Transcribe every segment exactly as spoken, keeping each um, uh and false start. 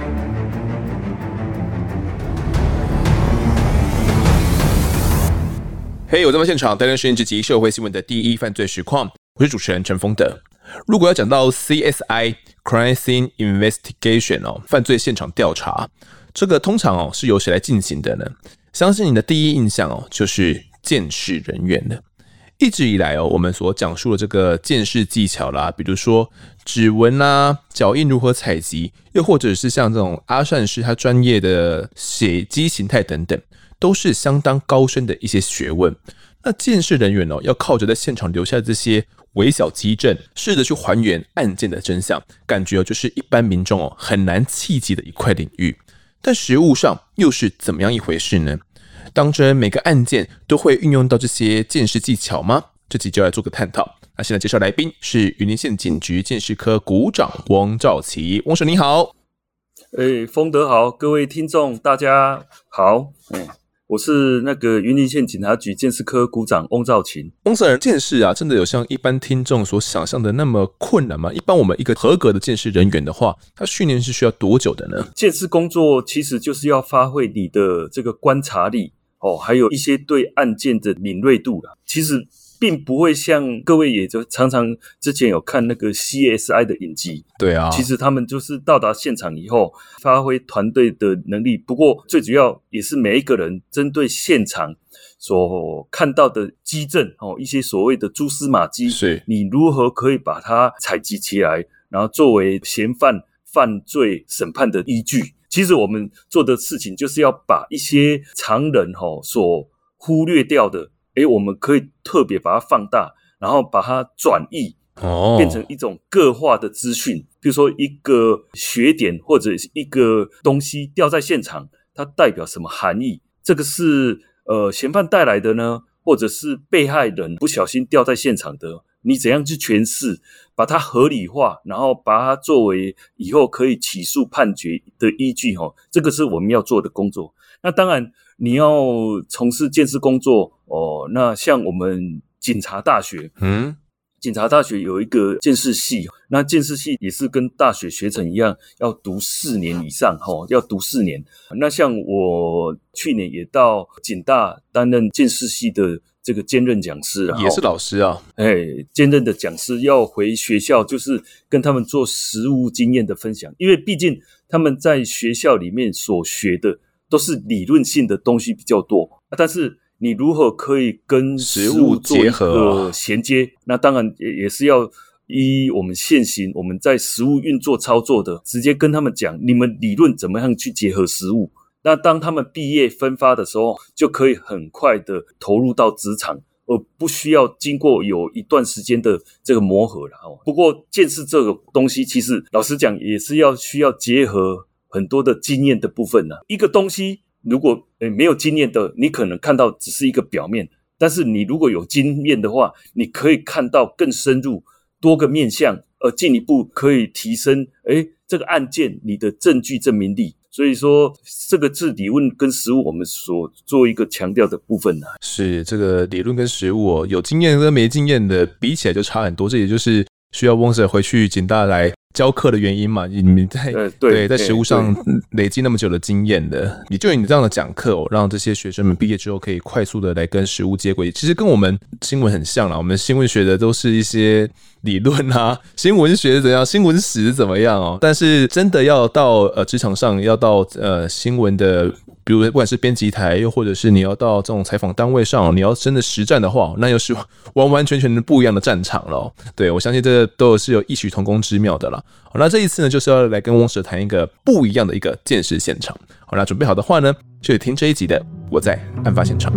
嘿、hey, 我在现场带来实验之集社会新闻的第一犯罪实况，我是主持人陈丰德。如果要讲到 C S I Crime Scene Investigation 哦，犯罪现场调查，这个通常哦是由谁来进行的呢？相信你的第一印象哦就是鉴识人员了。一直以来哦，我们所讲述的这个鉴识技巧啦，比如说指纹啦、脚印如何采集，又或者是像这种阿善师他专业的血迹形态等等，都是相当高深的一些学问。那鉴识人员哦，要靠着在现场留下这些微小迹证，试着去还原案件的真相，感觉就是一般民众哦很难企及的一块领域。但实务上又是怎么样一回事呢？当真每个案件都会运用到这些鉴识技巧吗？这集就来做个探讨。那现在介绍来宾是云林县警局鉴识科股长汪兆奇，汪婶你好。 哎，丰德好，各位听众大家好。嗯我是那个云林县警察局鉴识科股长翁兆勤。 翁 Sir， 鉴识啊，真的有像一般听众所想象的那么困难吗？一般我们一个合格的鉴识人员的话，他训练是需要多久的呢？ 鉴识工作其实就是要发挥你的这个观察力哦，还有一些对案件的敏锐度啦。其实并不会像各位也就常常之前有看那个 C S I 的影集， 对啊， 其实他们就是到达现场以后发挥团队的能力，不过最主要也是每一个人针对现场所看到的迹证、哦、一些所谓的蛛丝马迹， 是你如何可以把它采集起来，然后作为嫌犯犯罪审判的依据。其实我们做的事情就是要把一些常人、哦、所忽略掉的，诶，我们可以特别把它放大，然后把它转译， 哦， 变成一种个化的资讯。比如说一个学点或者一个东西掉在现场，它代表什么含义？这个是呃嫌犯带来的呢，或者是被害人不小心掉在现场的？你怎样去诠释，把它合理化，然后把它作为以后可以起诉判决的依据，这个是我们要做的工作。那当然你要从事鉴识工作哦，那像我们警察大学，嗯，警察大学有一个鉴识系，那鉴识系也是跟大学学程一样，要读四年以上，哦，要读四年。那像我去年也到警大担任鉴识系的这个兼任讲师， 也是老师啊， 哎，兼任的讲师要回学校，就是跟他们做实务经验的分享，因为毕竟他们在学校里面所学的都是理论性的东西比较多，但是你如何可以跟实务做一个衔接？那当然也是要依我们现行我们在实务运作操作的，直接跟他们讲你们理论怎么样去结合实务。那当他们毕业分发的时候，就可以很快的投入到职场，而不需要经过有一段时间的这个磨合啦。不过鉴识这个东西，其实老实讲也是要需要结合很多的经验的部分啦。一个东西如果没有经验的，你可能看到只是一个表面，但是你如果有经验的话，你可以看到更深入多个面向，而进一步可以提升诶这个案件你的证据证明力。所以说这个是理论跟实务我们所做一个强调的部分、啊、 是这个理论跟实务、哦、有经验跟没经验的比起来就差很多，这也就是需要翁 Sir 回去警大来教课的原因嘛。你们在、呃、对, 对在实务上累积那么久的经验的，也就你这样的讲课、哦、让这些学生们毕业之后可以快速的来跟实务接轨。其实跟我们新闻很像啦，我们新闻学的都是一些理论啊，新闻学怎样，新闻史怎么样哦。但是真的要到呃职场上，要到呃新闻的，比如不管是编辑台，又或者是你要到这种采访单位上，你要真的实战的话，那又是完完全全的不一样的战场了、哦。对，我相信这都是有异曲同工之妙的啦。好，那这一次呢，就是要来跟翁 Sir 谈一个不一样的一个鉴识现场。好，那准备好的话呢，就听这一集的我在案发现场。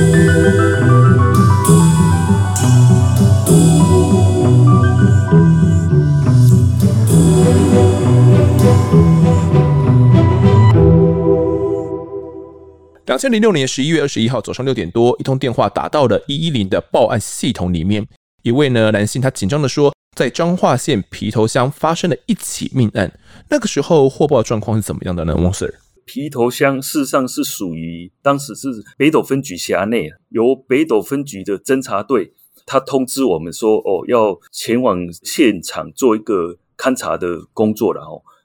二零零六年十一月二十一号早上六点多，一通电话打到了一一零的报案系统里面。一位呢男性他紧张的说，在彰化县埤头乡发生了一起命案。那个时候获报的状况是怎么样的呢？翁 Sir， 埤头乡事实上是属于当时是北斗分局辖内，由北斗分局的侦查队，他通知我们说，哦，要前往现场做一个勘查的工作了哦。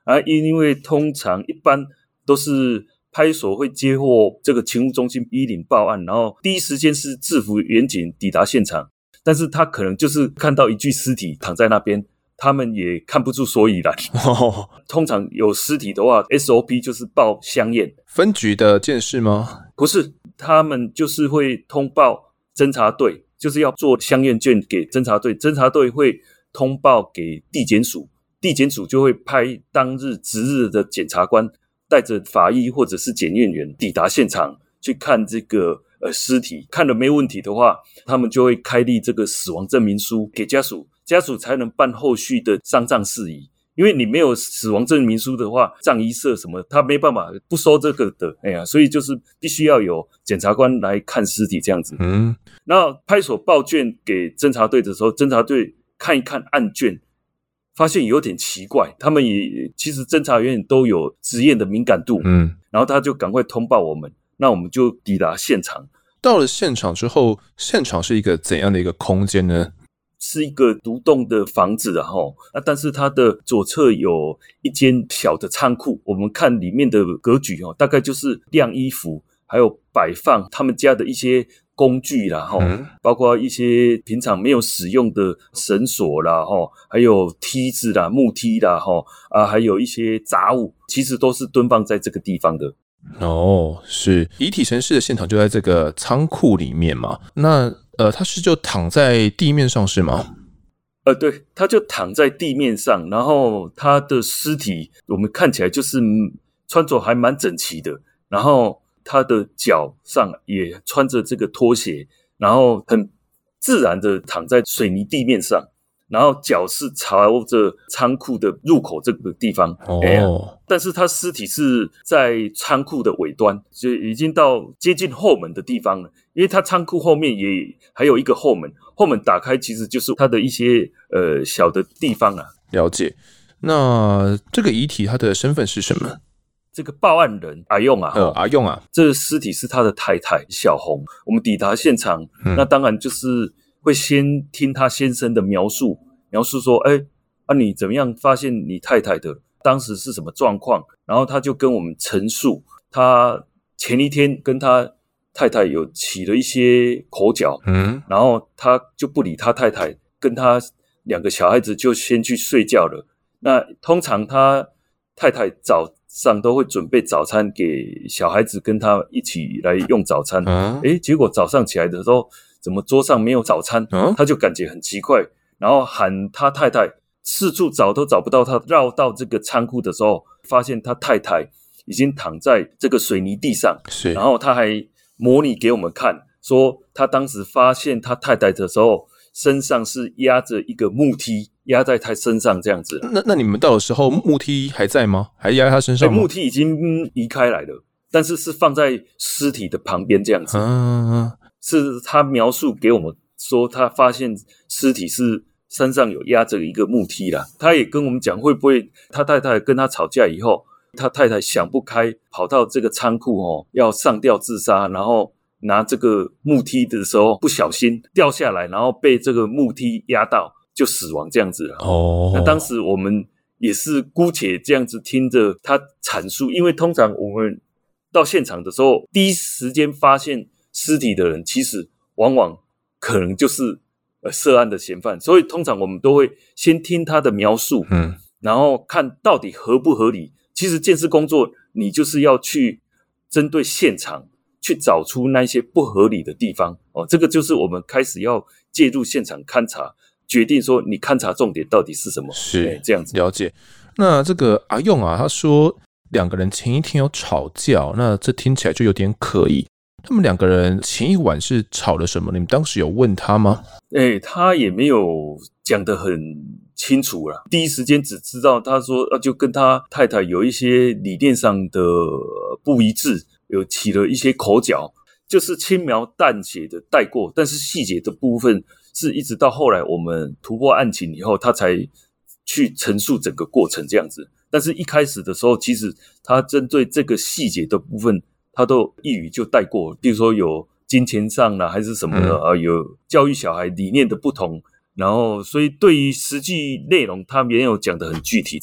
啊，因为通常一般都是派出所会接获这个勤务中心依领报案，然后第一时间是制服员警抵达现场，但是他可能就是看到一具尸体躺在那边，他们也看不出所以然。 哦， 通常有尸体的话 S O P 就是报相验。 分局的监视吗？ 不是，他们就是会通报侦查队，就是要做相验卷给侦查队，侦查队会通报给地检署，地检署就会派当日值日的检察官带着法医或者是检验员抵达现场去看这个呃尸体，看了没问题的话，他们就会开立这个死亡证明书给家属，家属才能办后续的丧葬事宜。因为你没有死亡证明书的话，葬仪社什么他没办法不收这个的，哎呀，所以就是必须要有检察官来看尸体这样子。嗯，那派出所报卷给侦查队的时候，侦查队看一看案卷，发现有点奇怪，他们也其实侦查员都有职业的敏感度，嗯，然后他就赶快通报我们，那我们就抵达现场。 到了现场之后，现场是一个怎样的一个空间呢？ 是一个独栋的房子啊，啊，但是它的左侧有一间小的仓库，我们看里面的格局哦，大概就是晾衣服，还有摆放他们家的一些工具啦，嗯、包括一些平常没有使用的绳索啦，还有梯子啦、木梯啦，啊，还有一些杂物，其实都是蹲放在这个地方的。 哦，是遗体陈尸的现场就在这个仓库里面嘛？那呃，他是就躺在地面上是吗？ 呃，对，他就躺在地面上，然后他的尸体我们看起来就是穿着还蛮整齐的，然后他的脚上也穿着这个拖鞋，然后很自然的躺在水泥地面上。然后脚是朝着仓库的入口这个地方，哦，哎、但是他尸体是在仓库的尾端，就已经到接近后门的地方了。因为他仓库后面也还有一个后门，后门打开其实就是他的一些呃小的地方啊。 了解。那这个遗体他的身份是什么？ 这个报案人阿用啊， 呃，阿用啊， 这个尸体是他的太太小红。我们抵达现场，嗯、那当然就是会先听他先生的描述，描述说，哎，啊，你怎么样发现你太太的？当时是什么状况？然后他就跟我们陈述，他前一天跟他太太有起了一些口角，嗯，然后他就不理他太太，跟他两个小孩子就先去睡觉了。那通常他太太早上都会准备早餐给小孩子跟他一起来用早餐，嗯，诶，结果早上起来的时候，怎么桌上没有早餐？嗯，他就感觉很奇怪，然后喊他太太，四处找都找不到他，绕到这个仓库的时候，发现他太太已经躺在这个水泥地上，是，然后他还模拟给我们看，说他当时发现他太太的时候，身上是压着一个木梯，压在他身上这样子。 那那你们到的时候，木梯还在吗？还压在他身上吗？ 木梯已经移开来了，但是是放在尸体的旁边这样子。嗯，是他描述给我们说，他发现尸体是身上有压着一个木梯啦。他也跟我们讲，会不会他太太跟他吵架以后，他太太想不开，跑到这个仓库哦，要上吊自杀，然后拿这个木梯的时候不小心掉下来，然后被这个木梯压到就死亡这样子了。哦，那当时我们也是姑且这样子听着他阐述，因为通常我们到现场的时候，第一时间发现尸体的人，其实往往可能就是呃涉案的嫌犯，所以通常我们都会先听他的描述，嗯，然后看到底合不合理。其实鉴识工作，你就是要去针对现场去找出那些不合理的地方哦，这个就是我们开始要介入现场勘查，决定说你勘查重点到底是什么， 是这样子。 了解。那这个阿用啊，他说两个人前一天有吵架，那这听起来就有点可疑。他们两个人前一晚是吵了什么？你们当时有问他吗？ 欸，他也没有讲得很清楚啦，第一时间只知道他说就跟他太太有一些理念上的不一致，有起了一些口角，就是轻描淡写的带过，但是细节的部分是一直到后来我们突破案情以后，他才去陈述整个过程这样子。但是一开始的时候，其实他针对这个细节的部分，他都一语就带过，比如说有金钱上啦，还是什么的、嗯啊、有教育小孩理念的不同，然后所以对于实际内容他没有讲得很具体这样。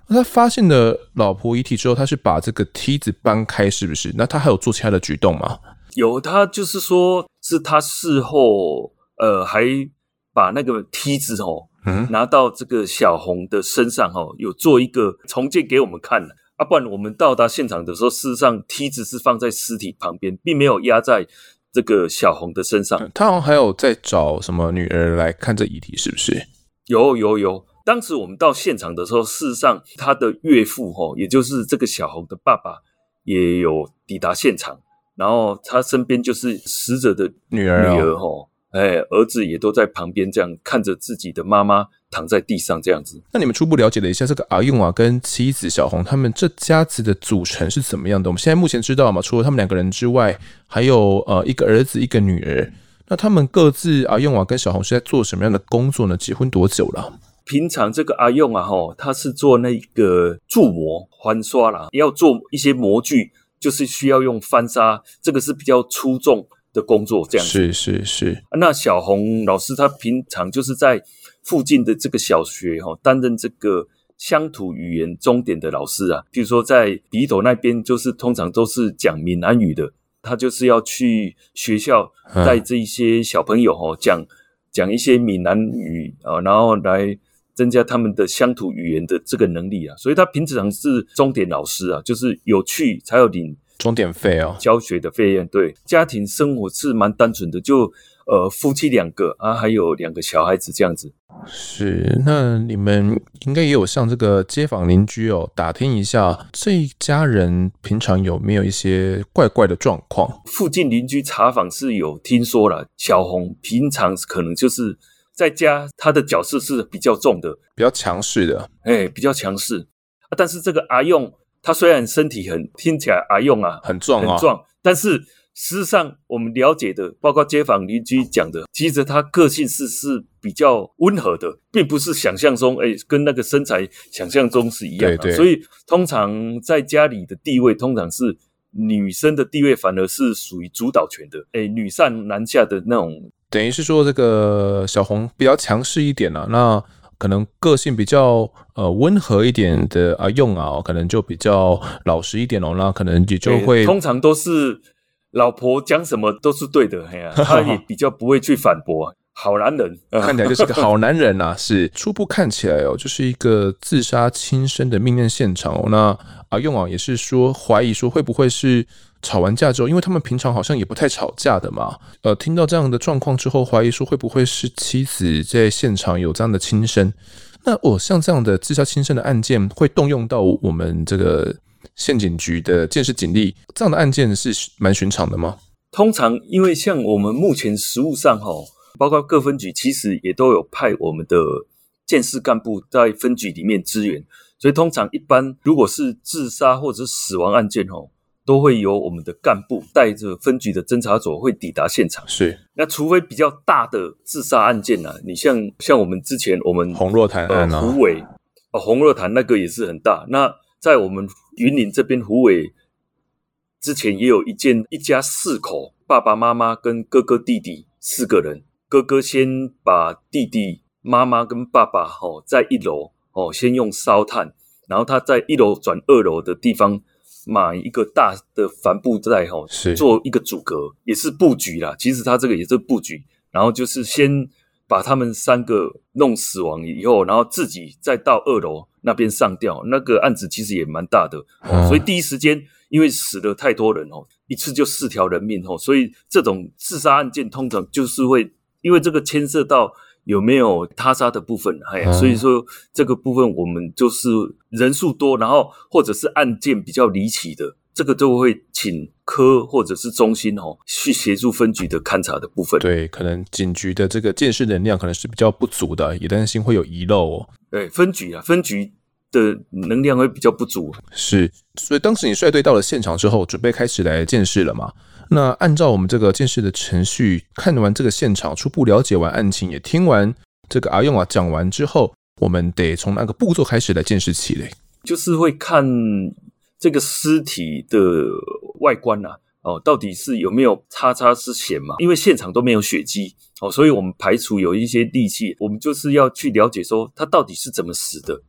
那他发现了老婆遗体之后，他是把这个梯子搬开，是不是？那他还有做其他的举动吗？ 有，他就是说是他事后呃还把那个梯子哦、嗯、拿到这个小红的身上哦，有做一个重建给我们看了啊，不然我们到达现场的时候，事实上梯子是放在尸体旁边，并没有压在这个小红的身上。 他好像还有在找什么女儿来看这遗体，是不是？ 有有有，当时我们到现场的时候，事实上他的岳父齁，也就是这个小红的爸爸也有抵达现场，然后他身边就是死者的女儿女儿齁，哎，儿子也都在旁边这样看着自己的妈妈躺在地上这样子。 那你们初步了解了一下这个阿用啊跟妻子小红他们这家子的组成是怎么样的？我们现在目前知道嘛，除了他们两个人之外，还有呃一个儿子一个女儿。那他们各自阿用啊跟小红是在做什么样的工作呢？结婚多久了？ 平常这个阿用啊齁，他是做那个铸模翻刷啦，要做一些模具，就是需要用翻砂，这个是比较粗重的工作这样子。 是是是。 那小红老师他平常就是在附近的这个小学齁，担任这个乡土语言钟点的老师啊，比如说在鼻斗那边就是通常都是讲闽南语的，他就是要去学校带这一些小朋友齁讲讲一些闽南语啊，然后来增加他们的乡土语言的这个能力啊，所以他平常是钟点老师啊，就是有去才有领钟点费哦， 教学的费用。对，家庭生活是蛮单纯的，就呃夫妻两个啊，还有两个小孩子这样子。 是，那你们应该也有向这个街坊邻居哦打听一下，这一家人平常有没有一些怪怪的状况？ 附近邻居查访是有听说了，小红平常可能就是在家，她的角色是比较重的， 比较强势的， 哎，比较强势啊。但是这个阿用，他虽然身体很听起来阿用啊很壮啊， 很壮，但是事实上我们了解的，包括街坊邻居讲的，其实他个性是是比较温和的，并不是想象中哎跟那个身材想象中是一样的。 对对， 所以通常在家里的地位，通常是女生的地位反而是属于主导权的，哎，女上男下的那种。 等于是说这个小红比较强势一点啊，那可能个性比较呃温和一点的阿用啊，可能就比较老实一点哦，那可能也就会通常都是老婆讲什么都是对的，嘿啊，他也比较不会去反驳，好男人， 看起来就是个好男人啊。是初步看起来哦，就是一个自杀轻生的命案现场哦。那阿用啊也是说怀疑说会不会是吵完架之后，因为他们平常好像也不太吵架的嘛。呃，听到这样的状况之后，怀疑说会不会是妻子在现场有这样的轻生？那哦，像这样的自杀轻生的案件，会动用到我们这个县警局的鉴识警力，这样的案件是蛮寻常的吗？ 通常，因为像我们目前实务上哈，包括各分局其实也都有派我们的鉴识干部在分局里面支援，所以通常一般如果是自杀或者是死亡案件哦，都会由我们的干部带着分局的侦查组会抵达现场。 是， 那除非比较大的自杀案件啊，你像像我们之前我们洪若潭案啊， 呃、虎尾哦，洪若潭那个也是很大。那在我们云林这边虎尾之前也有一件，一家四口，爸爸妈妈跟哥哥弟弟四个人，哥哥先把弟弟妈妈跟爸爸哦在一楼哦先用烧炭，然后他在一楼转二楼的地方买一个大的帆布袋齁，做一个阻隔，也是布局啦。其实他这个也是布局，然后就是先把他们三个弄死亡以后，然后自己再到二楼那边上吊。那个案子其实也蛮大的，哦，所以第一时间因为死了太多人哦，一次就四条人命哦，所以这种自杀案件通常就是会因为这个牵涉到有没有他杀的部分，哎，所以说这个部分我们就是人数多，然后或者是案件比较离奇的，这个都会请科或者是中心哦去协助分局的勘查的部分。 对，可能警局的这个鉴识能量可能是比较不足的，也担心会有遗漏哦。 对，分局啊，分局的能量会比较不足。 是，所以当时你率队到了现场之后，准备开始来鉴识了嘛？那按照我们这个鉴识的程序，看完这个现场，初步了解完案情，也听完这个阿用啊讲完之后，我们得从那个步骤开始来鉴识起嘞。 就是会看这个尸体的外观啊，哦，到底是有没有叉叉之嫌嘛？因为现场都没有血迹哦，所以我们排除有一些利器，我们就是要去了解说他到底是怎么死的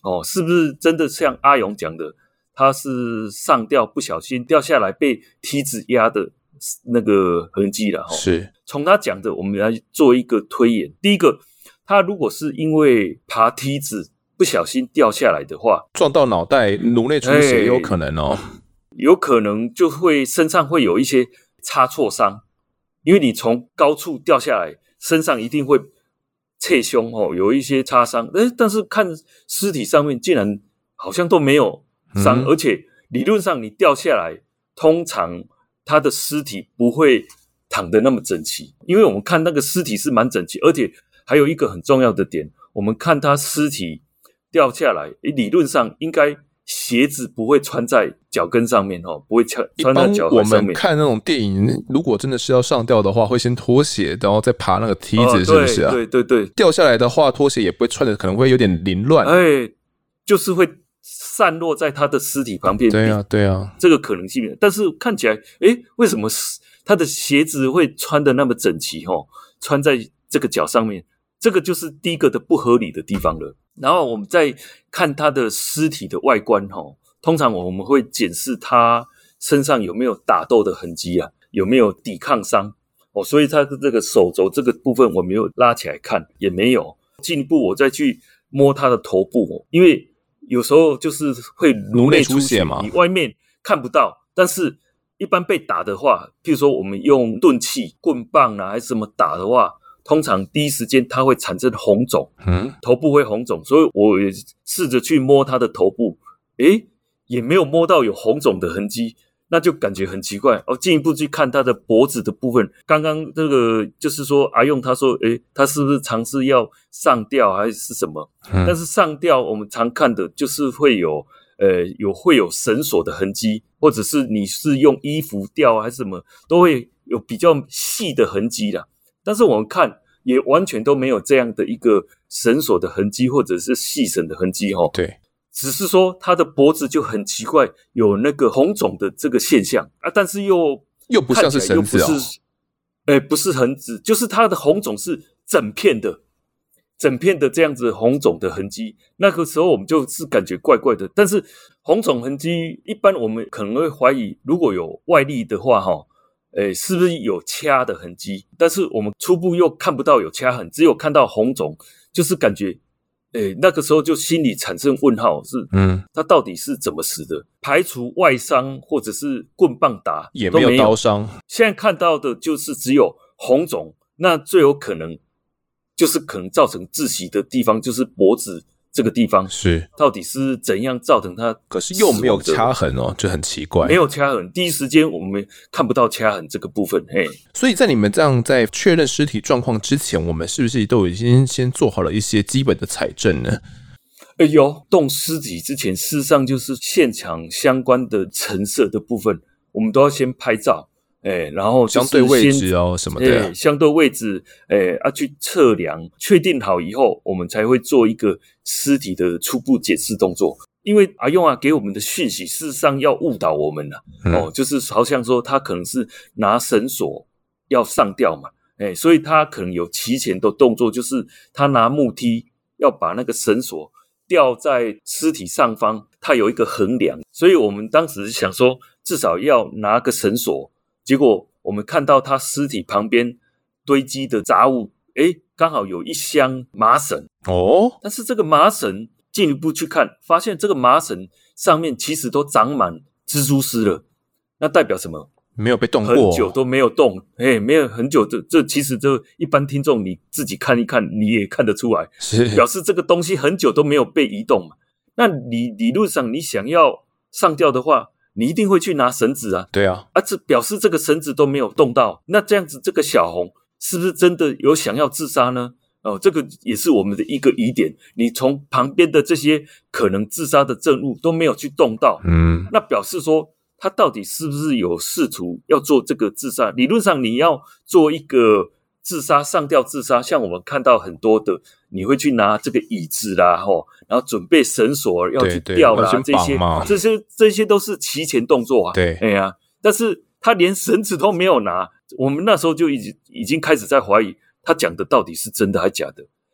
哦，是不是真的像阿勇讲的，他是上吊不小心掉下来被梯子压的那个痕迹了？ 是， 从他讲的，我们来做一个推演。第一个，他如果是因为爬梯子不小心掉下来的话， 撞到脑袋，颅内出血也有可能哦， 有可能就会身上会有一些擦挫伤，因为你从高处掉下来，身上一定会侧胸哦，有一些擦伤。诶，但是看尸体上面竟然好像都没有伤，嗯、而且理论上你掉下来，通常他的尸体不会躺得那么整齐，因为我们看那个尸体是蛮整齐，而且还有一个很重要的点，我们看他尸体掉下来，理论上应该鞋子不会穿在脚跟上面哦，不会穿穿在脚踝上面。 我们看那种电影，如果真的是要上吊的话，会先脱鞋，然后再爬那个梯子，是不是啊？ 哦、对对对对， 掉下来的话，脱鞋也不会穿的，可能会有点凌乱。 哎，就是会散落在他的尸体旁边。 对啊，对啊， 这个可能性。但是看起来，哎，为什么他的鞋子会穿的那么整齐？哦，穿在这个脚上面。这个就是第一个的不合理的地方了。然后我们再看他的尸体的外观，通常我们会检视他身上有没有打斗的痕迹啊，有没有抵抗伤哦。所以他的这个手肘这个部分我没有拉起来看，也没有。进一步我再去摸他的头部，因为有时候就是会颅内出血嘛，你外面看不到，但是一般被打的话，譬如说我们用钝器、棍棒啊还是什么打的话，通常第一时间它会产生红肿，嗯，头部会红肿，所以我也试着去摸他的头部，诶，也没有摸到有红肿的痕迹，那就感觉很奇怪。哦，进一步去看他的脖子的部分，刚刚这个就是说阿用他说，诶，他是不是尝试要上吊还是什么？嗯，但是上吊我们常看的就是会有呃有会有绳索的痕迹，或者是你是用衣服吊还是什么，都会有比较细的痕迹啦。但是我们看也完全都没有这样的一个绳索的痕迹或者是细绳的痕迹齁。 对， 只是说他的脖子就很奇怪，有那个红肿的这个现象啊，但是又又不像是绳子哦， 诶，不是痕子，就是他的红肿是整片的，整片的这样子红肿的痕迹。那个时候我们就是感觉怪怪的，但是红肿痕迹一般我们可能会怀疑，如果有外力的话齁。诶，是不是有掐的痕迹？但是我们初步又看不到有掐痕，只有看到红肿，就是感觉，诶，那个时候就心里产生问号，是，嗯，他到底是怎么死的？排除外伤或者是棍棒打， 也没有刀伤。 现在看到的就是只有红肿，那最有可能就是可能造成窒息的地方就是脖子。这个地方是到底是怎样造成它？ 可是又没有掐痕哦，就很奇怪。 没有掐痕，第一时间我们看不到掐痕这个部分。嘿， 所以在你们这样在确认尸体状况之前，我们是不是都已经先做好了一些基本的采证呢？ 哎呦，动尸体之前，事实上就是现场相关的陈设的部分，我们都要先拍照。哎，然后相对位置哦什么的、啊， 相对位置，哎啊去测量，确定好以后，我们才会做一个尸体的初步检视动作。因为阿用啊给我们的讯息，事实上要误导我们了、啊嗯、哦，就是好像说他可能是拿绳索要上吊嘛，哎，所以他可能有提前的动作，就是他拿木梯要把那个绳索吊在尸体上方，他有一个横梁，所以我们当时想说，至少要拿个绳索。结果我们看到他尸体旁边堆积的杂物，诶，刚好有一箱麻绳哦。 但是这个麻绳进一步去看，发现这个麻绳上面其实都长满蜘蛛丝了。那代表什么？ 没有被动过， 很久都没有动，诶，没有很久，这这其实这一般听众你自己看一看，你也看得出来， 是表示这个东西很久都没有被移动嘛。那理理论上你想要上吊的话，你一定会去拿绳子啊， 对啊， 啊，这表示这个绳子都没有动到，那这样子这个小红是不是真的有想要自杀呢？哦，这个也是我们的一个疑点。你从旁边的这些可能自杀的证物都没有去动到，嗯，那表示说他到底是不是有试图要做这个自杀？理论上你要做一个自杀上吊自杀，像我们看到很多的，你会去拿这个椅子啦，吼，然后准备绳索要去吊啦， 对对这些这些这些都是提前动作啊。 对， 哎呀、啊，但是他连绳子都没有拿，我们那时候就已经已经开始在怀疑他讲的到底是真的还假的。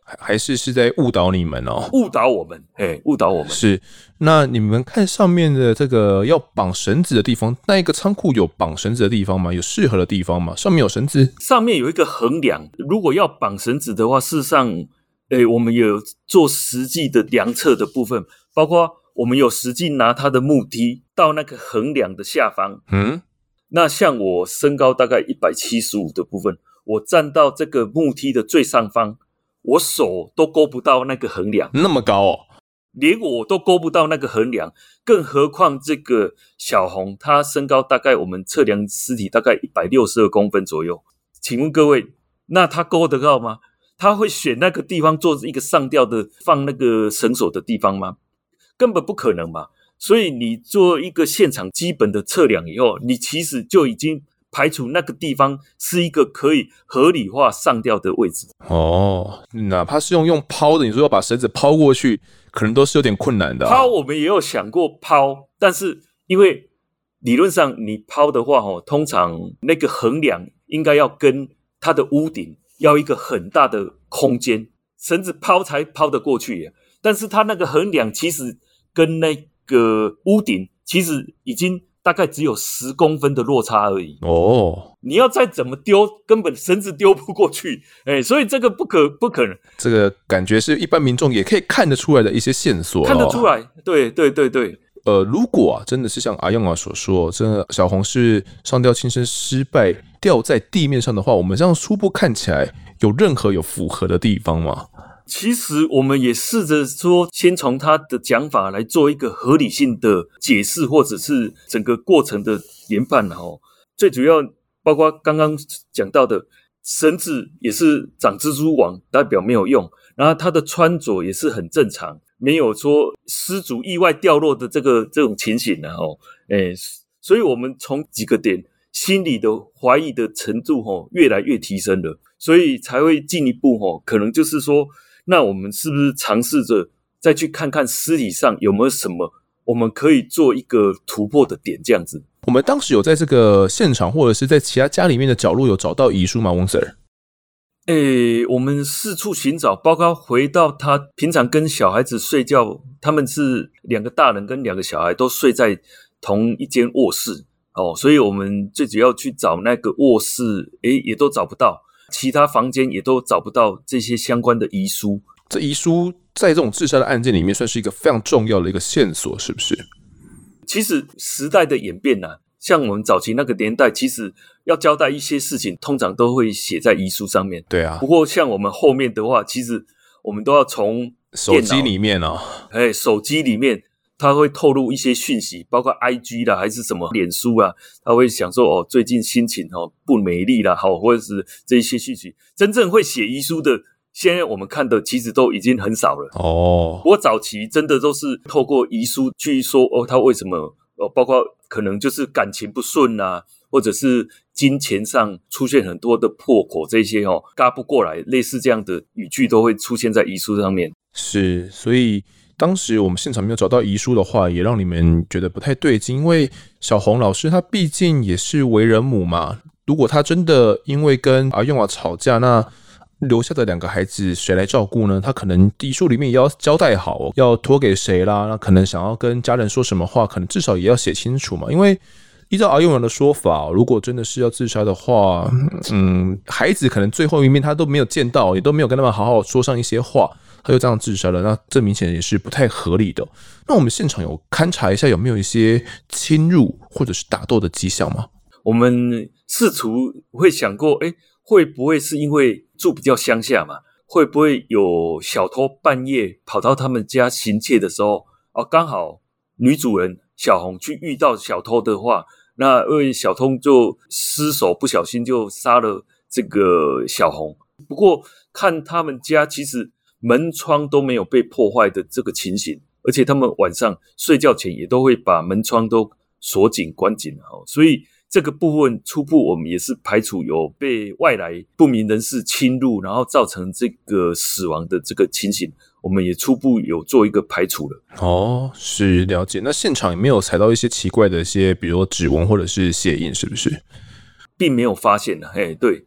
还是是在误导你们哦？ 误导我们，哎，误导我们。 是，那你们看上面的这个要绑绳子的地方，那一个仓库有绑绳子的地方吗？有适合的地方吗？上面有绳子？ 上面有一个横梁，如果要绑绳子的话，事实上，哎，我们有做实际的量测的部分，包括我们有实际拿它的木梯到那个横梁的下方。 嗯， 那像我身高大概一百七十五的部分，我站到这个木梯的最上方，我手都勾不到那个横梁， 那么高哦， 连我都勾不到那个横梁，更何况这个小红，她身高大概我们测量尸体大概一百六十二公分左右，请问各位，那她勾得到吗？她会选那个地方做一个上吊的放那个绳索的地方吗？根本不可能嘛。所以你做一个现场基本的测量以后，你其实就已经排除那个地方是一个可以合理化上吊的位置。 哦，哪怕是用用抛的，你说要把绳子抛过去，可能都是有点困难的、啊。 抛我们也有想过抛，但是因为理论上你抛的话，通常那个横梁应该要跟它的屋顶要一个很大的空间，绳子抛才抛得过去耶。但是它那个横梁其实跟那个屋顶其实已经大概只有十公分的落差而已哦， 你要再怎么丢，根本绳子丢不过去，哎，所以这个不可不可能。 这个感觉是一般民众也可以看得出来的一些线索、哦， 看得出来，对对对对。 呃，如果啊，真的是像阿用啊所说，真的小红是上吊轻生失败掉在地面上的话，我们这样初步看起来有任何有符合的地方吗？ 其实我们也试着说，先从他的讲法来做一个合理性的解释，或者是整个过程的研判哦。最主要包括刚刚讲到的绳子也是长蜘蛛网，代表没有用，然后他的穿着也是很正常，没有说失足意外掉落的这个这种情形啊哦，诶，所以我们从几个点心理的怀疑的程度哦越来越提升了，所以才会进一步哦，可能就是说。那我们是不是尝试着再去看看尸体上有没有什么我们可以做一个突破的点这样子？ 我们当时有在这个现场或者是在其他家里面的角落有找到遗书吗，翁 Sir？ 诶，我们四处寻找，包括回到他平常跟小孩子睡觉，他们是两个大人跟两个小孩都睡在同一间卧室哦，所以我们最主要去找那个卧室，诶，也都找不到。其他房间也都找不到这些相关的遗书。 这遗书在这种自杀的案件里面算是一个非常重要的一个线索，是不是？ 其实时代的演变啊，像我们早期那个年代，其实要交代一些事情，通常都会写在遗书上面。 对啊。 不过像我们后面的话，其实我们都要从手机里面哦， 哎，手机里面。他会透露一些讯息，包括 I G 啦，还是什么脸书啊，他会想说哦，最近心情哦不美丽啦，好，或者是这一些讯息。真正会写遗书的，现在我们看的其实都已经很少了哦。 不过早期真的都是透过遗书去说哦，他为什么哦，包括可能就是感情不顺啊，或者是金钱上出现很多的破口，这些哦嘎不过来，类似这样的语句都会出现在遗书上面。 是，所以。当时我们现场没有找到遗书的话，也让你们觉得不太对劲，因为小红老师她毕竟也是为人母嘛。如果她真的因为跟阿用啊吵架，那留下的两个孩子谁来照顾呢？她可能遗书里面也要交代好，要托给谁啦。那可能想要跟家人说什么话，可能至少也要写清楚嘛。因为依照阿用的说法，如果真的是要自杀的话，嗯，孩子可能最后一面他都没有见到，也都没有跟他们好好说上一些话。他就这样自杀了，那这明显也是不太合理的。那我们现场有勘察一下有没有一些侵入或者是打斗的迹象吗？ 我们试图会想过，诶，会不会是因为住比较乡下嘛？会不会有小偷半夜跑到他们家行窃的时候，哦，刚好女主人小红去遇到小偷的话，那因为小偷就失手不小心就杀了这个小红。不过看他们家其实门窗都没有被破坏的这个情形，而且他们晚上睡觉前也都会把门窗都锁紧关紧，所以这个部分初步我们也是排除有被外来不明人士侵入然后造成这个死亡的这个情形，我们也初步有做一个排除了。 哦，是，了解。那现场也没有采到一些奇怪的一些比如说指纹或者是血印，是不是？ 并没有发现的，嘿，对。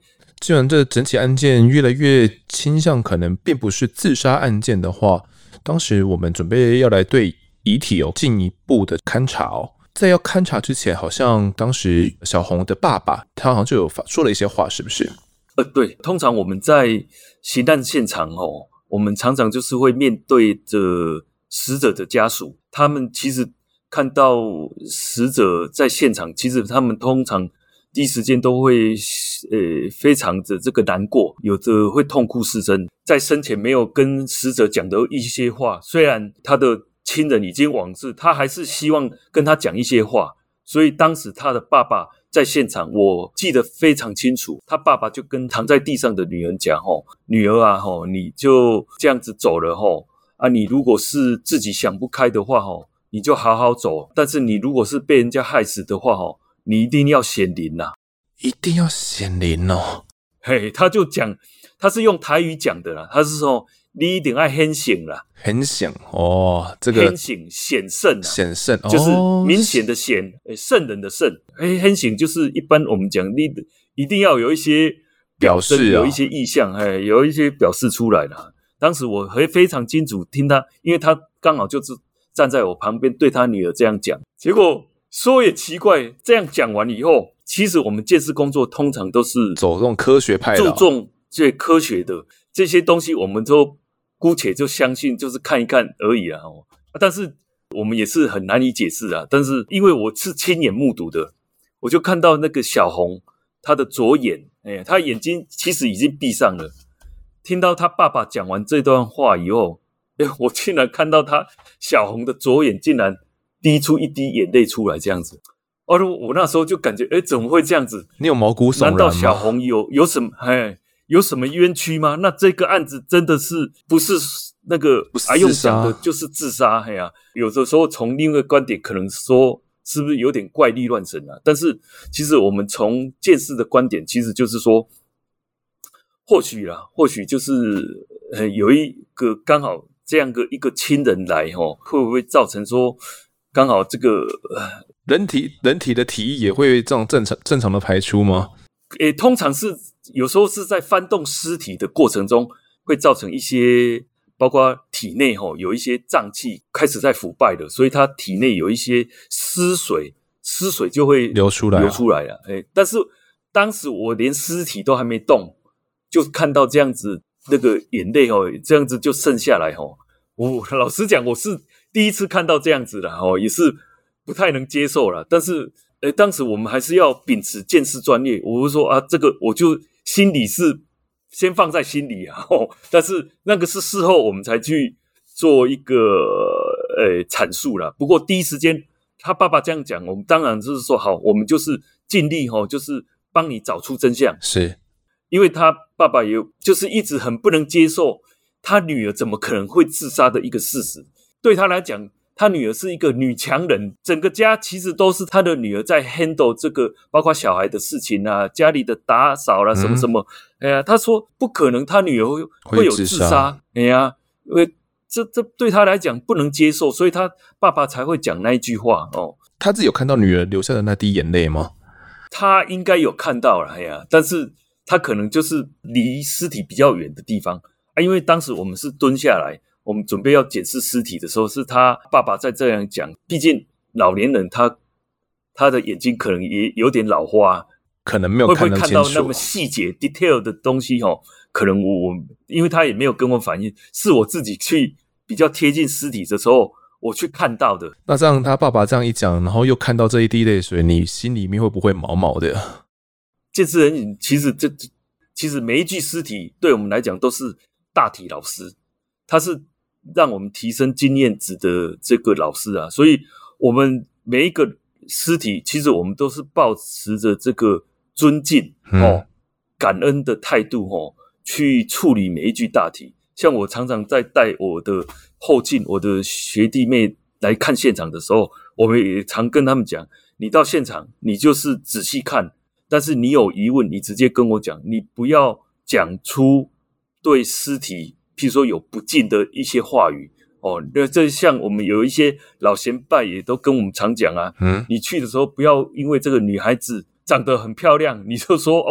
既然这整起案件越来越倾向可能并不是自杀案件的话，当时我们准备要来对遗体哦进一步的勘查哦。在要勘查之前，好像当时小红的爸爸他好像就有说了一些话，是不是？ 呃，对，通常我们在刑案现场哦，我们常常就是会面对着死者的家属，他们其实看到死者在现场，其实他们通常第一时间都会呃非常的这个难过，有的会痛哭失声，在生前没有跟死者讲的一些话，虽然他的亲人已经往世，他还是希望跟他讲一些话，所以当时他的爸爸在现场，我记得非常清楚，他爸爸就跟躺在地上的女儿讲，吼，女儿啊，吼，你就这样子走了，吼，啊，你如果是自己想不开的话，吼，你就好好走，但是你如果是被人家害死的话，吼，你一定要显灵啦， 一定要显灵哦。 嘿，他就讲，他是用台语讲的啦，他是说你一定要显醒啦， 很显哦，这个显醒显圣， 显圣就是明显的显，圣人的圣，显醒就是一般我们讲，你一定要有一些表示、啊，有一些意象，哎，有一些表示出来啦。当时我还非常清楚听他，因为他刚好就是站在我旁边，对他女儿这样讲。结果说也奇怪，这样讲完以后，其实我们鉴识工作通常都是走这种科学派的、哦， 注重这科学的这些东西，我们都姑且就相信，就是看一看而已啦。哦，但是我们也是很难以解释啊。但是因为我是亲眼目睹的，我就看到那个小红，她的左眼，哎，她眼睛其实已经闭上了。听到他爸爸讲完这段话以后，哎，我竟然看到他小红的左眼竟然滴出一滴眼泪出来，这样子。哦，我那时候就感觉，哎，怎么会这样子？ 你有毛骨悚然吗？ 难道小红有有什么，哎，有什么冤屈吗？那这个案子真的是不是那个阿用讲的，就是自杀？哎呀，有的时候从另一个观点，可能说是不是有点怪力乱神啊？但是其实我们从鉴识的观点，其实就是说。或许啦，或许就是呃有一个刚好这样的一个亲人来齁，会不会造成说刚好这个、呃、 人体人体的体液也会这种正常正常的排出吗？ 诶，通常是有时候是在翻动尸体的过程中，会造成一些包括体内齁有一些脏器开始在腐败的，所以它体内有一些尸水，尸水就会流出来、啊、 流出来了。诶，但是当时我连尸体都还没动。就看到这样子，那个眼泪哦，这样子就剩下来哦。我老实讲，我是第一次看到这样子的哦，也是不太能接受啦。但是，呃，当时我们还是要秉持鉴识专业。我就说啊，这个我就心里是先放在心里啊。哦，但是那个是事后我们才去做一个呃阐述啦。不过第一时间他爸爸这样讲，我们当然就是说好，我们就是尽力哦，就是帮你找出真相。 是。 因为他爸爸也就是一直很不能接受他女儿怎么可能会自杀的一个事实。对他来讲，他女儿是一个女强人，整个家其实都是他的女儿在 handle 这个，包括小孩的事情啊，家里的打扫啦、啊，什么什么。哎呀，他说不可能，他女儿会会有自杀。哎呀，因为这这对他来讲不能接受，所以他爸爸才会讲那一句话哦。 他自己有看到女儿流下的那滴眼泪吗？ 他应该有看到了，哎呀，但是。他可能就是离尸体比较远的地方啊，因为当时我们是蹲下来，我们准备要检视尸体的时候，是他爸爸在这样讲。毕竟老年人他他的眼睛可能也有点老花， 可能没有看得清楚， 会不会看到那么细节 detail 的东西哦？可能我我因为他也没有跟我反映，是我自己去比较贴近尸体的时候，我去看到的。 那这样他爸爸这样一讲，然后又看到这一滴泪水，你心里面会不会毛毛的？ 鉴识人其实这其实每一具尸体对我们来讲都是大体老师，他是让我们提升经验值的这个老师啊，所以我们每一个尸体，其实我们都是抱持着这个尊敬、嗯、哦、感恩的态度哦，去处理每一具大体。像我常常在带我的后进、我的学弟妹来看现场的时候，我们也常跟他们讲，你到现场，你就是仔细看。但是你有疑问，你直接跟我讲，你不要讲出对尸体，譬如说有不敬的一些话语哦。那这像我们有一些老前辈也都跟我们常讲啊，嗯，你去的时候不要因为这个女孩子长得很漂亮，你就说哦，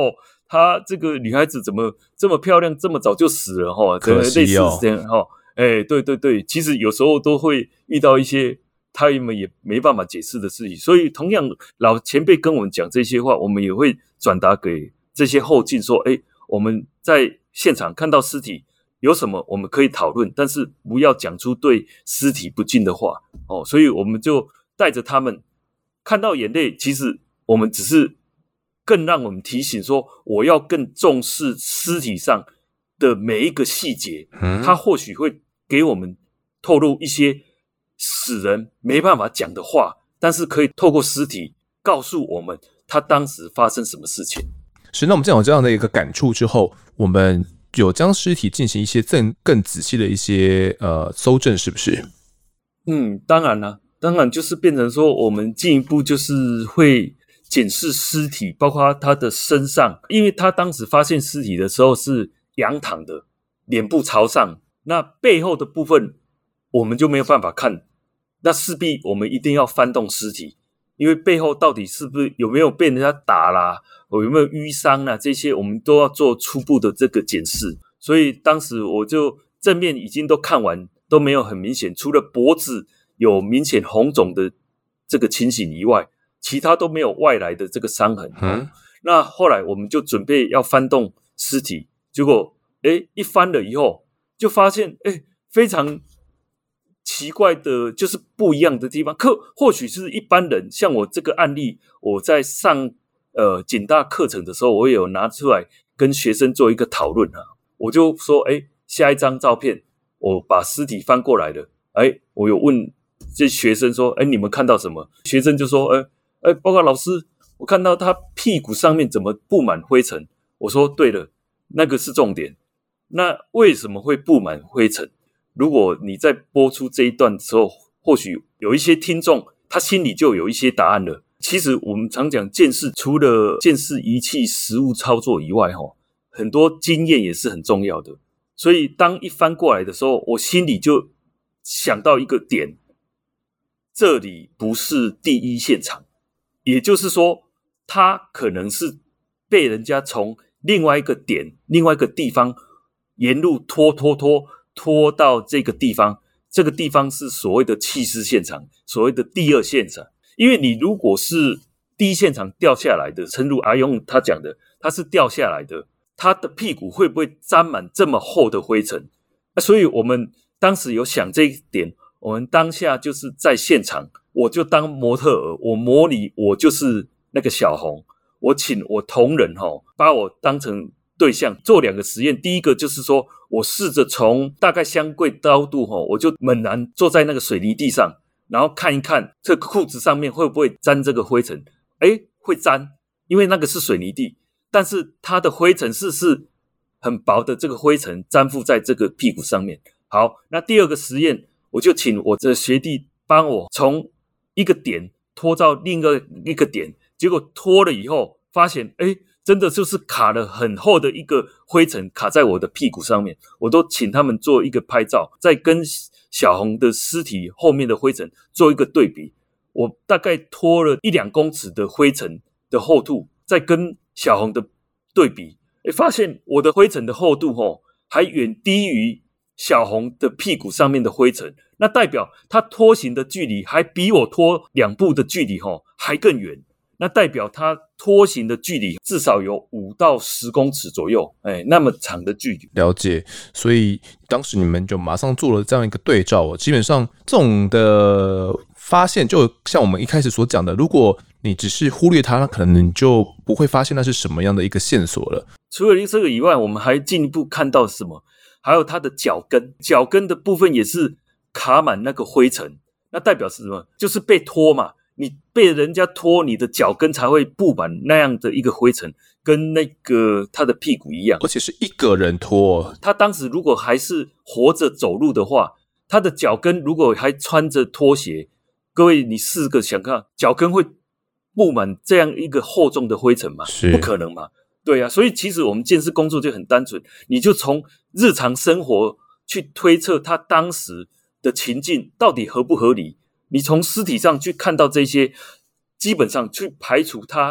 她这个女孩子怎么这么漂亮，这么早就死了哈？ 可惜哦， 类似这样哈。哎，对对对，其实有时候都会遇到一些他们也没办法解释的事情，所以同样老前辈跟我们讲这些话，我们也会转达给这些后进说，哎，我们在现场看到尸体有什么我们可以讨论，但是不要讲出对尸体不敬的话哦。所以我们就带着他们看到眼泪，其实我们只是更让我们提醒说，我要更重视尸体上的每一个细节， 嗯， 它或许会给我们透露一些死人没办法讲的话，但是可以透过尸体告诉我们他当时发生什么事情。 是，那我们这样有这样的一个感触之后，我们有将尸体进行一些更更仔细的一些呃搜证，是不是？ 嗯，当然啦，当然就是变成说，我们进一步就是会检视尸体，包括他的身上，因为他当时发现尸体的时候是仰躺的，脸部朝上，那背后的部分我们就没有办法看，那势必我们一定要翻动尸体，因为背后到底是不是有没有被人家打啦，有没有淤伤啦，这些我们都要做初步的这个检视。所以当时我就正面已经都看完，都没有很明显，除了脖子有明显红肿的这个情形以外，其他都没有外来的这个伤痕。 嗯， 那后来我们就准备要翻动尸体，结果诶一翻了以后，就发现诶非常奇怪的，就是不一样的地方。可或许是一般人，像我这个案例，我在上呃警大课程的时候，我也有拿出来跟学生做一个讨论啊。我就说，诶下一张照片，我把尸体翻过来了。诶我有问这学生说，诶你们看到什么？学生就说，诶诶报告老师，我看到他屁股上面怎么布满灰尘？我说，对了，那个是重点。那为什么会布满灰尘？如果你在播出这一段的时候，或许有一些听众他心里就有一些答案了。其实我们常讲鉴识，除了鉴识仪器实物操作以外，很多经验也是很重要的。所以当一翻过来的时候，我心里就想到一个点，这里不是第一现场，也就是说他可能是被人家从另外一个点另外一个地方沿路拖拖拖拖到这个地方，这个地方是所谓的弃尸现场，所谓的第二现场。因为你如果是第一现场掉下来的，诚如阿勇他讲的，他是掉下来的，他的屁股会不会沾满这么厚的灰尘？所以我们当时有想这一点，我们当下就是在现场，我就当模特儿，我模拟我就是那个小红，我请我同仁齁，把我当成对象做两个实验。第一个就是说，我试着从大概相对高度齁，我就猛然坐在那个水泥地上，然后看一看这个裤子上面会不会沾这个灰尘。诶会沾，因为那个是水泥地，但是它的灰尘是是很薄的，这个灰尘粘附在这个屁股上面。好，那第二个实验，我就请我的学弟帮我从一个点拖到另一个点，结果拖了以后发现诶真的就是卡了很厚的一个灰尘卡在我的屁股上面，我都请他们做一个拍照，再跟小红的尸体后面的灰尘做一个对比。我大概拖了一两公尺的灰尘的厚度，再跟小红的对比，诶发现我的灰尘的厚度齁，还远低于小红的屁股上面的灰尘，那代表他拖行的距离还比我拖两步的距离齁还更远，那代表他拖行的距离至少有五到十公尺左右，哎，那么长的距离。 了解，所以当时你们就马上做了这样一个对照哦。基本上这种的发现，就像我们一开始所讲的，如果你只是忽略它，那可能你就不会发现那是什么样的一个线索了。 除了这个以外，我们还进一步看到什么？还有它的脚跟，脚跟的部分也是卡满那个灰尘，那代表是什么？就是被拖嘛。你被人家拖，你的脚跟才会布满那样的一个灰尘，跟那个他的屁股一样， 而且是一个人拖。 他当时如果还是活着走路的话，他的脚跟如果还穿着拖鞋，各位你试个想看，脚跟会布满这样一个厚重的灰尘吗？不可能嘛。对啊，所以其实我们鉴识工作就很单纯，你就从日常生活去推测他当时的情境到底合不合理。你从尸体上去看到这些，基本上去排除他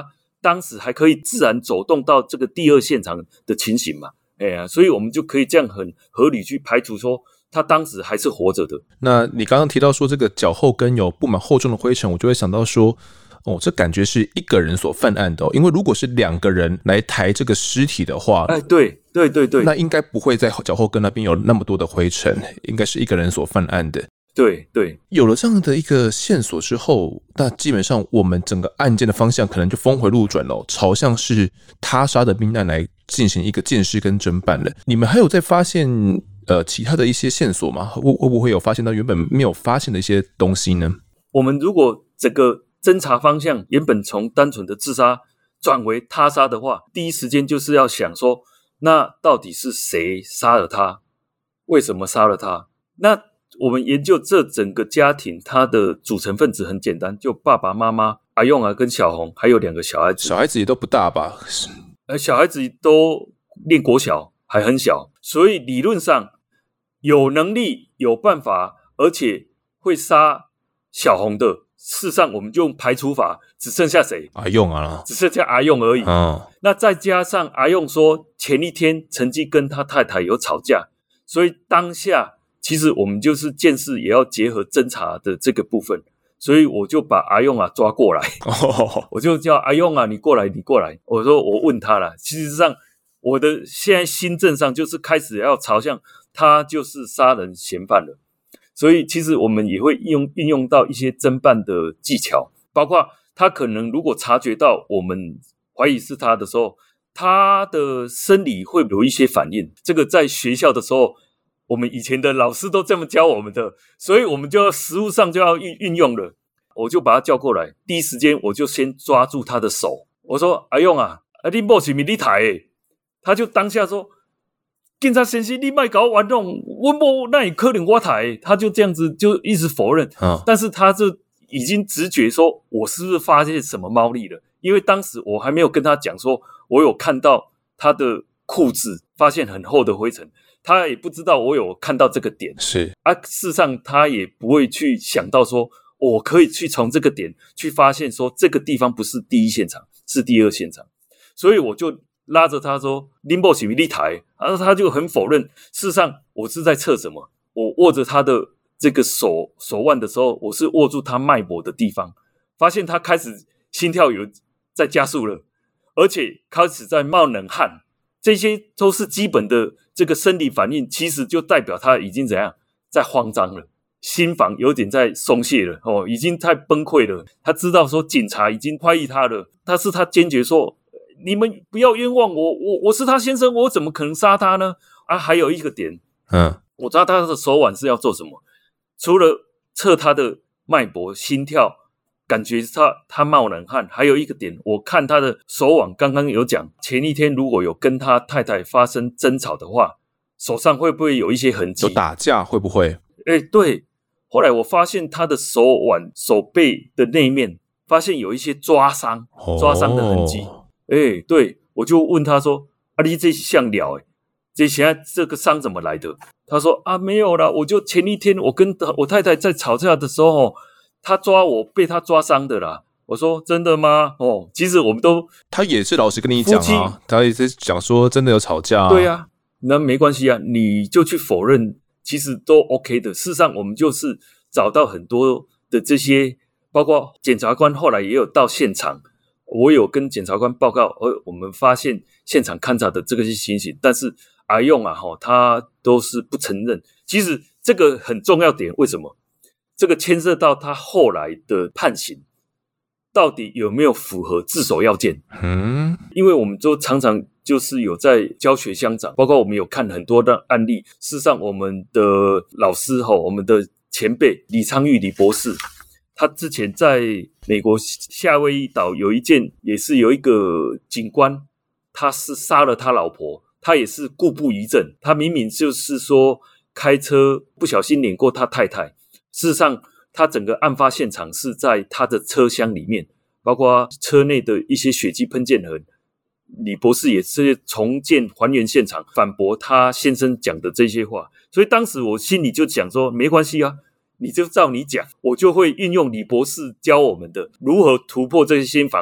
当时还可以自然走动到这个第二现场的情形嘛，哎呀，所以我们就可以这样很合理去排除说他当时还是活着的。 那你刚刚提到说这个脚后跟有布满厚重的灰尘，我就会想到说，哦，这感觉是一个人所犯案的哦，因为如果是两个人来抬这个尸体的话， 哎，对对对对， 那应该不会在脚后跟那边有那么多的灰尘，应该是一个人所犯案的。 对对， 有了这样的一个线索之后，那基本上我们整个案件的方向可能就峰回路转了，朝向是他杀的命案来进行一个鉴识跟侦办了。你们还有在发现呃其他的一些线索吗？会会不会有发现到原本没有发现的一些东西呢？ 我们如果整个侦查方向原本从单纯的自杀转为他杀的话，第一时间就是要想说，那到底是谁杀了他？为什么杀了他？那我们研究这整个家庭，它的组成分子很简单，就爸爸妈妈、阿用啊跟小红，还有两个小孩子。 小孩子也都不大吧？ 呃，小孩子都念国小，还很小，所以理论上有能力、有办法，而且会杀小红的，事实上我们就用排除法，只剩下谁？ 阿用啊， 只剩下阿用而已。 哦， 那再加上阿用说前一天曾经跟他太太有吵架，所以当下其实我们就是鉴识也要结合侦查的这个部分，所以我就把阿用啊抓过来， 哦， 我就叫阿用啊，你过来，你过来。我说我问他了，其实上我的现在心证上就是开始要朝向他就是杀人嫌犯了，所以其实我们也会运用运用到一些侦办的技巧，包括他可能如果察觉到我们怀疑是他的时候，他的生理会有一些反应，这个在学校的时候我们以前的老师都这么教我们的，所以我们就要实务上就要运运用了。我就把他叫过来，第一时间我就先抓住他的手，我说阿用啊，啊你某是不是你抬的？他就当下说，警察先生你别搞我玩弄，我某那也可能我抬，他就这样子就一直否认， 哦， 但是他就已经直觉说我是不是发现什么猫腻了，因为当时我还没有跟他讲说我有看到他的裤子发现很厚的灰尘，他也不知道我有看到这个点， 是啊，事实上他也不会去想到说我可以去从这个点去发现说这个地方不是第一现场，是第二现场，所以我就拉着他说你某是不是你抬，然后他就很否认，事实上我是在测什么，我握着他的这个手手腕的时候，我是握住他脉搏的地方，发现他开始心跳有在加速了，而且开始在冒冷汗，这些都是基本的这个生理反应，其实就代表他已经怎样在慌张了，心房有点在松懈了，哦，已经太崩溃了。他知道说警察已经怀疑他了，但是他坚决说你们不要冤枉我，我我是他先生，我怎么可能杀他呢？啊，还有一个点， 嗯， 我知道他的手腕是要做什么，除了测他的脉搏、心跳，感觉他他冒冷汗，还有一个点，我看他的手腕，刚刚有讲，前一天如果有跟他太太发生争吵的话，手上会不会有一些痕迹？ 有打架会不会？ 哎，对。后来我发现他的手腕、手背的内面，发现有一些抓伤、抓伤的痕迹。哎、哦，对，我就问他说：“啊，你这像了哎，这现在这个伤怎么来的？”他说：“啊，没有啦，我就前一天我跟我太太在吵架的时候，他抓我，被他抓伤的啦。”我说：“真的吗？”哦，其实我们都他也是老实跟你讲啊，他也是讲说真的有吵架啊。 对啊，那没关系啊，你就去否认。其实都 OK 的，事实上我们就是找到很多的这些，包括检察官后来也有到现场，我有跟检察官报告，而我们发现现场勘查的这个是情形，但是阿用啊，他都是不承认。其实这个很重要点，为什么？这个牵涉到他后来的判刑，到底有没有符合自首要件？嗯，因为我们都常常就是有在教学相长，包括我们有看很多的案例。事实上，我们的老师我们的前辈李昌钰李博士，他之前在美国夏威夷岛有一件，也是有一个警官，他是杀了他老婆，他也是故不疑阵，他明明就是说开车不小心碾过他太太，事实上他整个案发现场是在他的车厢里面，包括车内的一些血迹喷溅痕。李博士也是重建还原现场，反驳他先生讲的这些话，所以当时我心里就讲说没关系啊，你就照你讲，我就会运用李博士教我们的如何突破这些心防，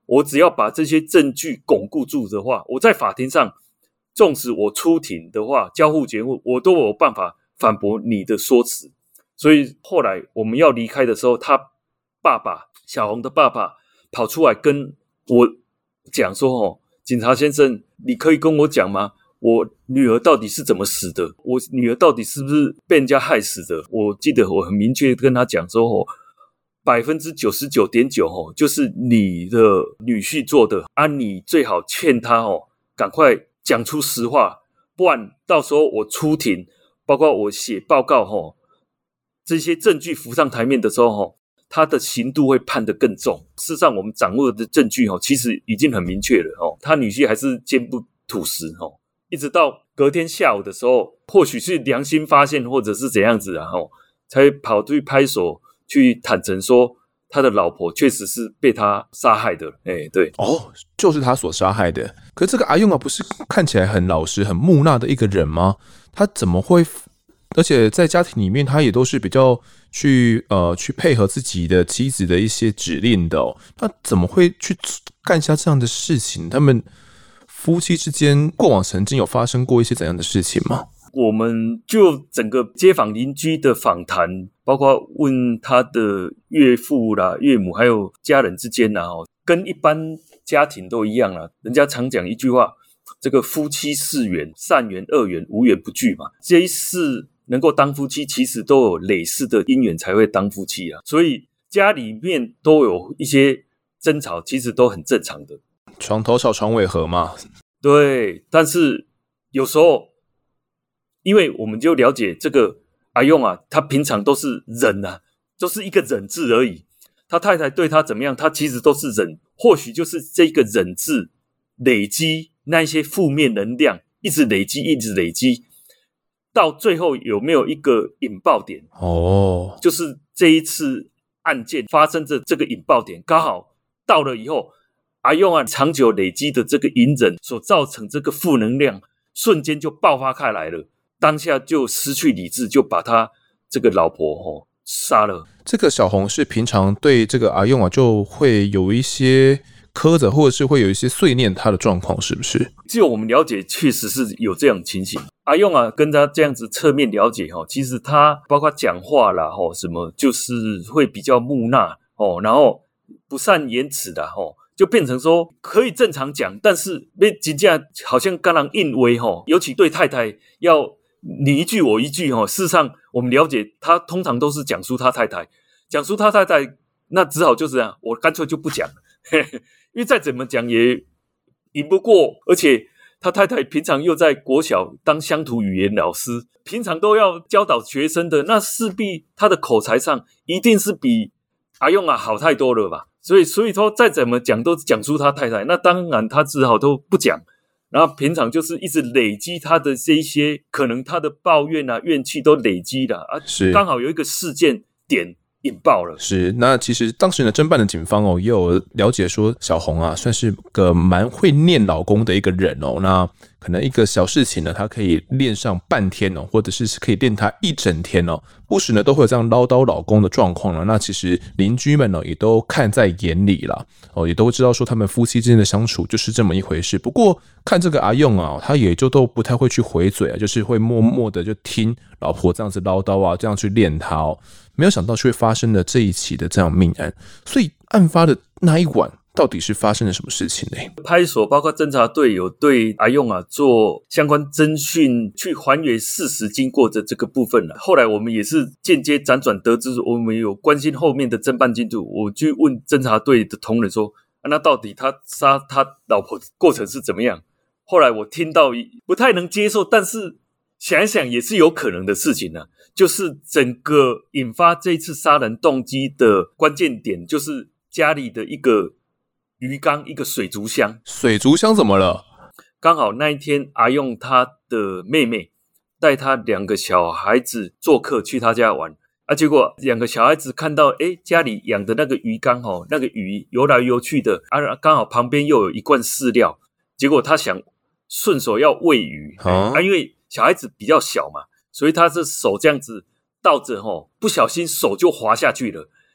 我只要把这些证据巩固住的话，我在法庭上纵使我出庭的话，交互检护，我都有办法反驳你的说辞。所以后来我们要离开的时候，他爸爸小红的爸爸跑出来跟我讲说，哦，警察先生，你可以跟我讲吗？我女儿到底是怎么死的？我女儿到底是不是被人家害死的？我记得我很明确跟他讲说，哦，百分之九十九点九哦，就是你的女婿做的啊，你最好劝他哦，赶快讲出实话，不然到时候我出庭，包括我写报告哦，这些证据浮上台面的时候哦，他的刑度会判得更重。事实上，我们掌握的证据哦，其实已经很明确了哦，他女婿还是坚不吐实哦。一直到隔天下午的时候，或许是良心发现，或者是怎样子啊，哦，才跑去派出所去坦诚说，他的老婆确实是被他杀害的。哎，对， 哦，就是他所杀害的。可是这个阿用啊，不是看起来很老实、很木讷的一个人吗？他怎么会？而且在家庭里面，他也都是比较去呃去配合自己的妻子的一些指令的哦。他怎么会去干下这样的事情？他们夫妻之间过往曾经有发生过一些怎样的事情吗？ 我们就整个街坊邻居的访谈，包括问他的岳父啦、岳母，还有家人之间啦，跟一般家庭都一样啦。人家常讲一句话，这个夫妻四缘，善缘、恶缘、无缘不聚嘛。这一世能够当夫妻，其实都有累世的姻缘才会当夫妻啊。所以家里面都有一些争吵，其实都很正常的。 床头吵，床尾和嘛。 对，但是有时候，因为我们就了解这个阿用啊，他平常都是忍啊，都是一个忍字而已。他太太对他怎么样，他其实都是忍。或许就是这个忍字累积那一些负面能量，一直累积，一直累积，到最后有没有一个引爆点？ 哦， 就是这一次案件发生的这个引爆点，刚好到了以后。阿用啊，长久累积的这个隐忍所造成这个负能量，瞬间就爆发开来了，当下就失去理智，就把他这个老婆哦杀了。 这个小红是平常对这个阿用啊，就会有一些苛责，或者是会有一些碎念他的状况，是不是？ 就我们了解，确实是有这样的情形。阿用啊，跟他这样子侧面了解哈，其实他包括讲话啦，吼什么，就是会比较木讷哦，然后不善言辞的吼。就变成说可以正常讲，但是被真的好像跟人硬威齁，尤其对太太要你一句我一句齁。事实上我们了解他通常都是讲述他太太，讲述他太太，那只好就是这样，我干脆就不讲，嘿嘿，因为再怎么讲也赢不过，而且他太太平常又在国小当乡土语言老师，平常都要教导学生的，那势必他的口才上一定是比阿用啊好太多了吧。所以，所以说再怎么讲都讲出他太太，那当然他只好都不讲。然后平常就是一直累积他的这一些，可能他的抱怨啊、怨气都累积了啊， 是刚好有一个事件点引爆了。 是，那其实当时呢，侦办的警方哦，也有了解说，小红啊，算是个蛮会念老公的一个人哦。那可能一个小事情呢，他可以练上半天哦，或者是可以练他一整天哦。不时呢，都会有这样唠叨老公的状况了。那其实邻居们呢，也都看在眼里啦，哦，也都知道说他们夫妻之间的相处就是这么一回事。不过看这个阿用啊，他也就都不太会去回嘴啊，就是会默默的就听老婆这样子唠叨啊，这样去练他哦。没有想到却发生了这一起的这样命案，所以案发的那一晚到底是发生了什么事情呢？ 派出所包括侦查队有对阿用啊做相关侦讯，去还原事实经过的这个部分了。后来我们也是间接辗转得知，我们有关心后面的侦办进度。我去问侦查队的同仁说，啊，那到底他杀他老婆的过程是怎么样？后来我听到不太能接受，但是想一想也是有可能的事情啊。就是整个引发这一次杀人动机的关键点，就是家里的一个鱼缸，一个水族箱。 水族箱怎么了？ 刚好那一天阿用他的妹妹带他两个小孩子做客去他家玩啊，结果两个小孩子看到诶家里养的那个鱼缸齁，那个鱼游来游去的啊，刚好旁边又有一罐饲料，结果他想顺手要喂鱼、哦、啊，因为小孩子比较小嘛，所以他这手这样子倒着齁，不小心手就滑下去了。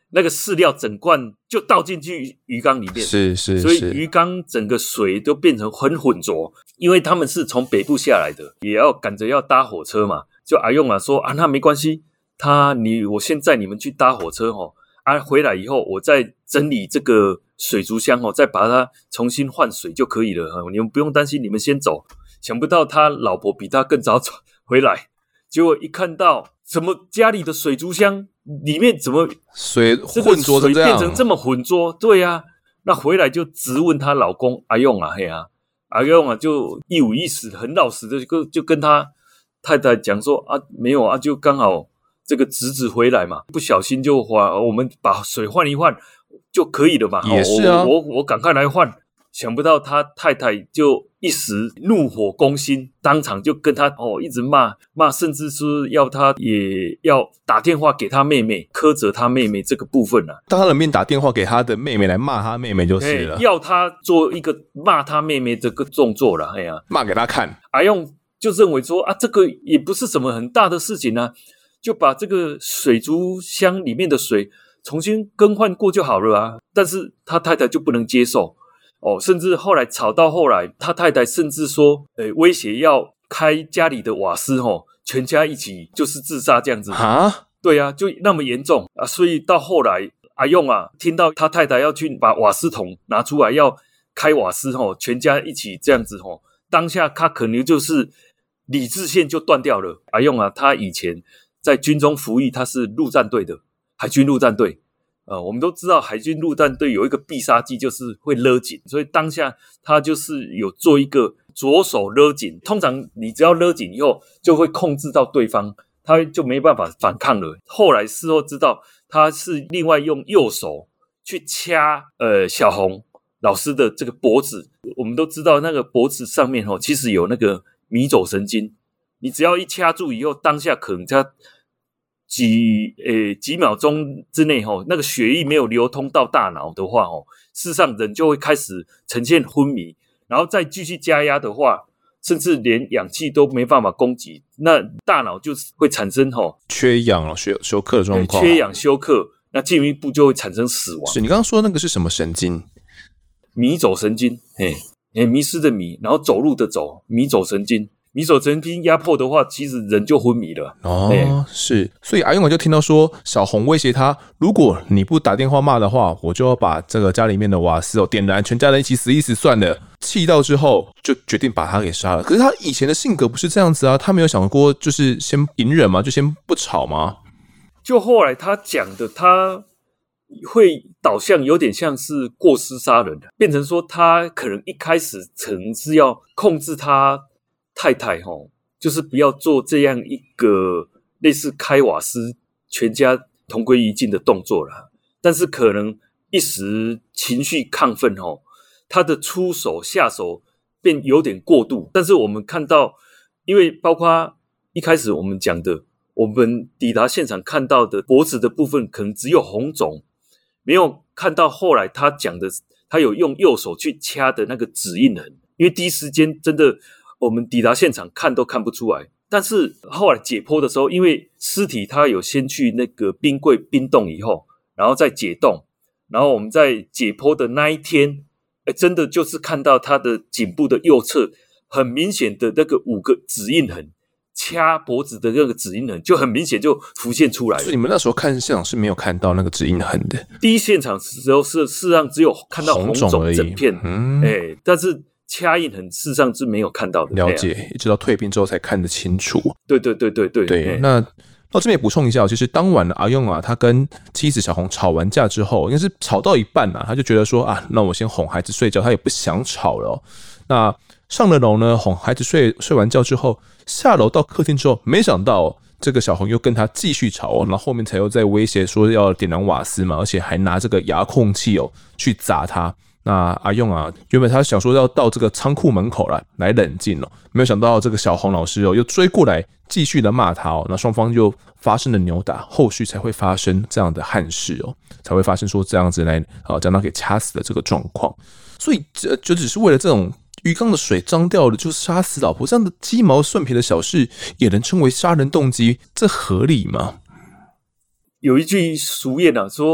那个饲料整罐就倒进去鱼缸里面， 是是是， 所以鱼缸整个水都变成很浑浊。因为他们是从北部下来的，也要赶着要搭火车嘛，就阿用啊说啊，那没关系，他你我先载你们去搭火车哦，啊回来以后我再整理这个水族箱哦，再把它重新换水就可以了，你们不用担心，你们先走。想不到他老婆比他更早走回来，结果一看到怎么家里的水族箱里面怎么水浑浊成这样， 水变成这么浑浊，对啊，那回来就直问她老公阿用啊，嘿啊，阿用啊就一五一十很老实的就就跟他太太讲说啊，没有啊，就刚好这个侄子回来嘛，不小心就换，我们把水换一换就可以了嘛， 也是啊， 我我我赶快来换。想不到他太太就一时怒火攻心，当场就跟他哦一直骂骂，甚至是要他也要打电话给他妹妹，苛责他妹妹这个部分啊。 当他的面打电话给他的妹妹来骂他妹妹就是了， 要他做一个骂他妹妹这个动作了，哎呀， 骂给他看。 阿用就认为说啊，这个也不是什么很大的事情啊，就把这个水族箱里面的水重新更换过就好了啊。但是他太太就不能接受。哦，甚至后来吵到后来，他太太甚至说，诶，威胁要开家里的瓦斯，吼，全家一起就是自杀这样子。 啊， 对啊，就那么严重啊！所以到后来，阿用啊，听到他太太要去把瓦斯桶拿出来要开瓦斯，吼，全家一起这样子，吼，当下他可能就是理智线就断掉了。阿用啊，他以前在军中服役，他是陆战队的，海军陆战队。呃，我们都知道海军陆战队有一个必杀技，就是会勒紧，所以当下他就是有做一个左手勒紧。通常你只要勒紧以后，就会控制到对方，他就没办法反抗了。后来事后知道，他是另外用右手去掐呃小红老师的这个脖子。我们都知道那个脖子上面哦，其实有那个迷走神经，你只要一掐住以后，当下可能他几诶几秒钟之内吼，那个血液没有流通到大脑的话吼，事实上人就会开始呈现昏迷，然后再继续加压的话，甚至连氧气都没办法供给，那大脑就会产生吼缺氧了、休休克的状况， 缺氧休克，那进一步就会产生死亡。 是你刚刚说那个是什么神经？ 迷走神经，嘿，诶，迷失的迷，然后走路的走，迷走神经。迷走神经压迫的话，其实人就昏迷了。 哦，欸、是，所以阿用就听到说，小红威胁他，如果你不打电话骂的话，我就要把这个家里面的瓦斯哦点燃，全家人一起死一死算了。气到之后，就决定把他给杀了。可是他以前的性格不是这样子啊，他没有想过就是先隐忍嘛，就先不吵嘛。 就后来他讲的，他会导向有点像是过失杀人，变成说他可能一开始可能是要控制他太太齁，就是不要做这样一个类似开瓦斯全家同归于尽的动作啦。但是可能一时情绪亢奋齁，他的出手下手变有点过度。但是我们看到，因为包括一开始我们讲的，我们抵达现场看到的脖子的部分可能只有红肿，没有看到后来他讲的他有用右手去掐的那个指印痕，因为第一时间真的我们抵达现场看都看不出来。但是后来解剖的时候，因为尸体它有先去那个冰柜冰冻以后，然后再解冻，然后我们在解剖的那一天，诶真的就是看到他的颈部的右侧很明显的那个五个指印痕，掐脖子的那个指印痕就很明显就浮现出来了。 所以你们那时候看现场是没有看到那个指印痕的。 第一现场的时候是事实上只有看到红肿整片，嗯，哎，但是掐印痕事实上是没有看到的。 了解，一直到退兵之后才看得清楚。 对对对对对对。那到这边也补充一下，其实当晚的阿用啊，他跟妻子小红吵完架之后，应该是吵到一半啊，他就觉得说啊，那我先哄孩子睡觉，他也不想吵了哦。那上了楼呢，哄孩子睡睡完觉之后，下楼到客厅之后，没想到、哦、这个小红又跟他继续吵哦，然后后面才又在威胁说要点燃瓦斯嘛，而且还拿这个遥控器哦去砸他。那阿用啊，原本他想说要到这个仓库门口来来冷静哦，没有想到这个小红老师哦又追过来继续的骂他哦，那双方就发生了扭打，后续才会发生这样的憾事哦，才会发生说这样子来啊将他给掐死的这个状况。所以这就只是为了这种鱼缸的水脏掉了就杀死老婆这样的鸡毛蒜皮的小事，也能称为杀人动机，这合理吗？ 有一句俗谚啊，说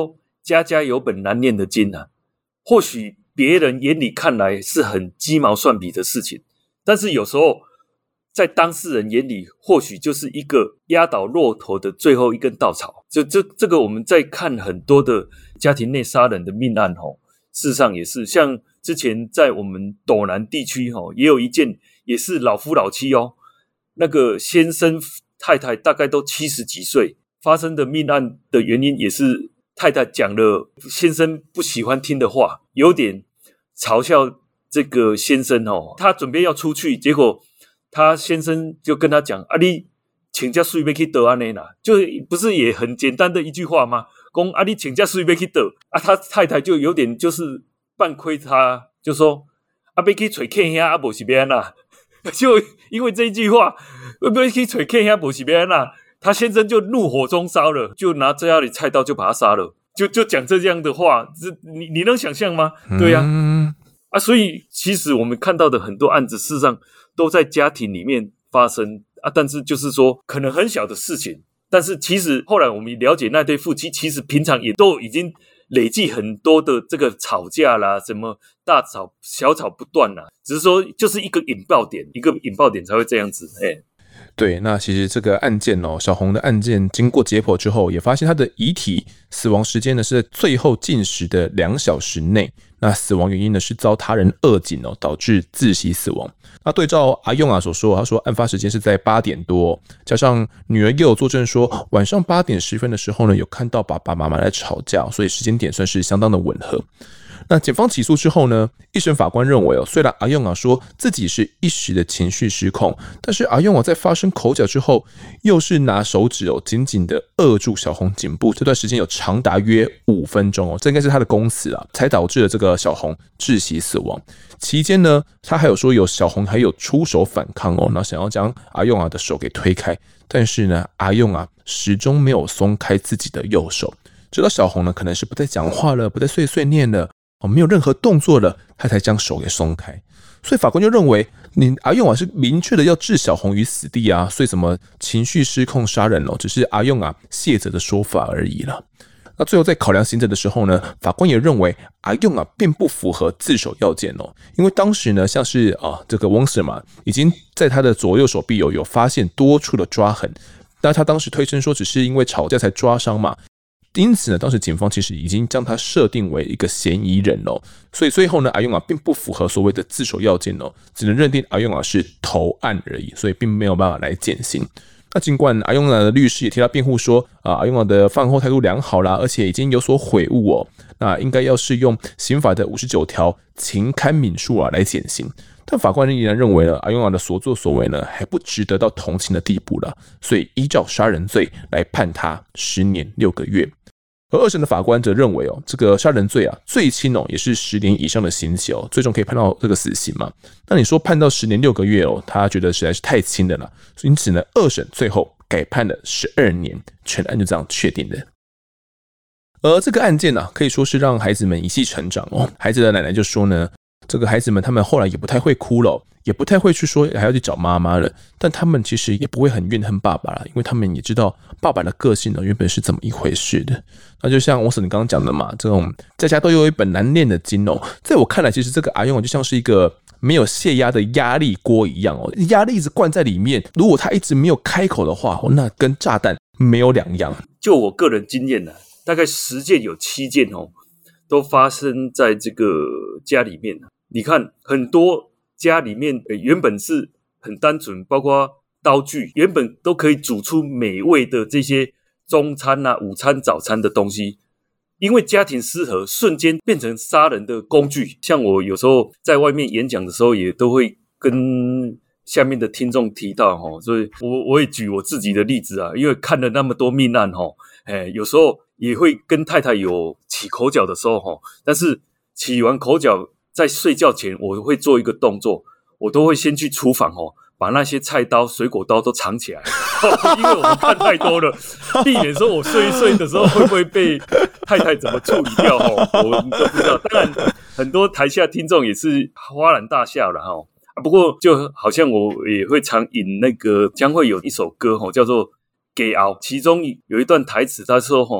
家家有本难念的经啊。或许别人眼里看来是很鸡毛蒜皮的事情，但是有时候在当事人眼里，或许就是一个压倒骆驼的最后一根稻草。就这这个我们在看很多的家庭内杀人的命案哦，事实上也是像之前在我们斗南地区哦，也有一件也是老夫老妻哦，那个先生太太大概都七十几岁，发生的命案的原因也是太太讲了先生不喜欢听的话，有点嘲笑这个先生哦。他准备要出去，结果他先生就跟他讲啊，你请假睡要去倒安呢啦，就不是也很简单的一句话吗？说啊，你请假睡要去倒啊，他太太就有点就是半亏他，就说啊，要去找客兄啊，不是要安啦。就因为这一句话，要去找客兄不是要安啦。他先生就怒火中烧了，就拿家里菜刀就把他杀了，就就讲这样的话，这你你能想象吗？对呀、啊，嗯、啊，所以其实我们看到的很多案子，事实上都在家庭里面发生啊，但是就是说可能很小的事情，但是其实后来我们了解那对夫妻，其实平常也都已经累计很多的这个吵架啦，什么大吵小吵不断啦，只是说就是一个引爆点，一个引爆点才会这样子，哎、欸。 对，那其实这个案件哦，小红的案件经过解剖之后，也发现她的遗体死亡时间呢是在最后进食的两小时内。那死亡原因呢是遭他人扼颈哦，导致窒息死亡。那对照阿用啊所说，他说案发时间是在八点多，加上女儿也有作证说，晚上八点十分的时候呢，有看到爸爸妈妈来吵架，所以时间点算是相当的吻合。那检方起诉之后呢，一审法官认为哦，虽然阿用啊说自己是一时的情绪失控，但是阿用啊在发生口角之后，又是拿手指哦紧紧的扼住小红颈部，这段时间有长达约五分钟哦，这应该是他的供词啊，才导致了这个小红窒息死亡。期间呢，他还有说有小红还有出手反抗哦，那想要将阿用啊的手给推开，但是呢，阿用啊始终没有松开自己的右手，直到小红呢可能是不再讲话了，不再碎碎念了。没有任何动作了，他才将手给松开。所以法官就认为，你阿用啊是明确的要置小红于死地啊，所以什么情绪失控杀人哦，只是阿用啊卸责的说法而已了。那最后在考量刑责的时候呢，法官也认为阿用啊并不符合自首要件哦，因为当时呢像是啊这个翁 Sir 嘛，已经在他的左右手臂有有发现多处的抓痕，但他当时推称说只是因为吵架才抓伤嘛。因此呢，当时警方其实已经将他设定为一个嫌疑人哦，所以最后呢，阿用啊并不符合所谓的自首要件哦，只能认定阿用啊是投案而已，所以并没有办法来减刑。那尽管阿用啊的律师也替他辩护说，啊阿用啊的犯后态度良好啦，而且已经有所悔悟哦，那应该要适用刑法的五十九条情堪悯恕啊来减刑。但法官依然认为呢，阿用啊的所作所为呢还不值得到同情的地步了，所以依照杀人罪来判他十年六个月。而二审的法官则认为哦，这个杀人罪啊，最轻哦也是十年以上的刑期哦，最终可以判到这个死刑嘛。那你说判到十年六个月哦，他觉得实在是太轻了啦，因此呢，二审最后改判了十二年，全案就这样确定的。而这个案件啊，可以说是让孩子们一起成长哦。孩子的奶奶就说呢，这个孩子们他们后来也不太会哭了，也不太会去说还要去找妈妈了，但他们其实也不会很怨恨爸爸啦，因为他们也知道爸爸的个性呢原本是怎么一回事的。那就像我所你刚刚讲的嘛，这种在家都有一本难念的经哦，在我看来，其实这个阿用就像是一个没有泄压的压力锅一样哦，压力一直灌在里面，如果他一直没有开口的话，那跟炸弹没有两样。 就我个人经验呢、啊，大概十件有七件哦，都发生在这个家里面。你看很多家里面原本是很单纯，包括刀具原本都可以煮出美味的这些中餐啊、午餐、早餐的东西，因为家庭失和，瞬间变成杀人的工具。像我有时候在外面演讲的时候，也都会跟下面的听众提到齁，所以我我也举我自己的例子啊，因为看了那么多命案齁，哎，有时候也会跟太太有起口角的时候齁，但是起完口角，在睡觉前我会做一个动作，我都会先去厨房齁，把那些菜刀、水果刀都藏起来，因为我们看太多了，避免说我睡一睡的时候会不会被太太怎么处理掉齁，我们都不知道。当然，很多台下听众也是哗然大笑了齁。不过就好像我也会常引那个将会有一首歌齁，叫做《给熬》，其中有一段台词他说齁，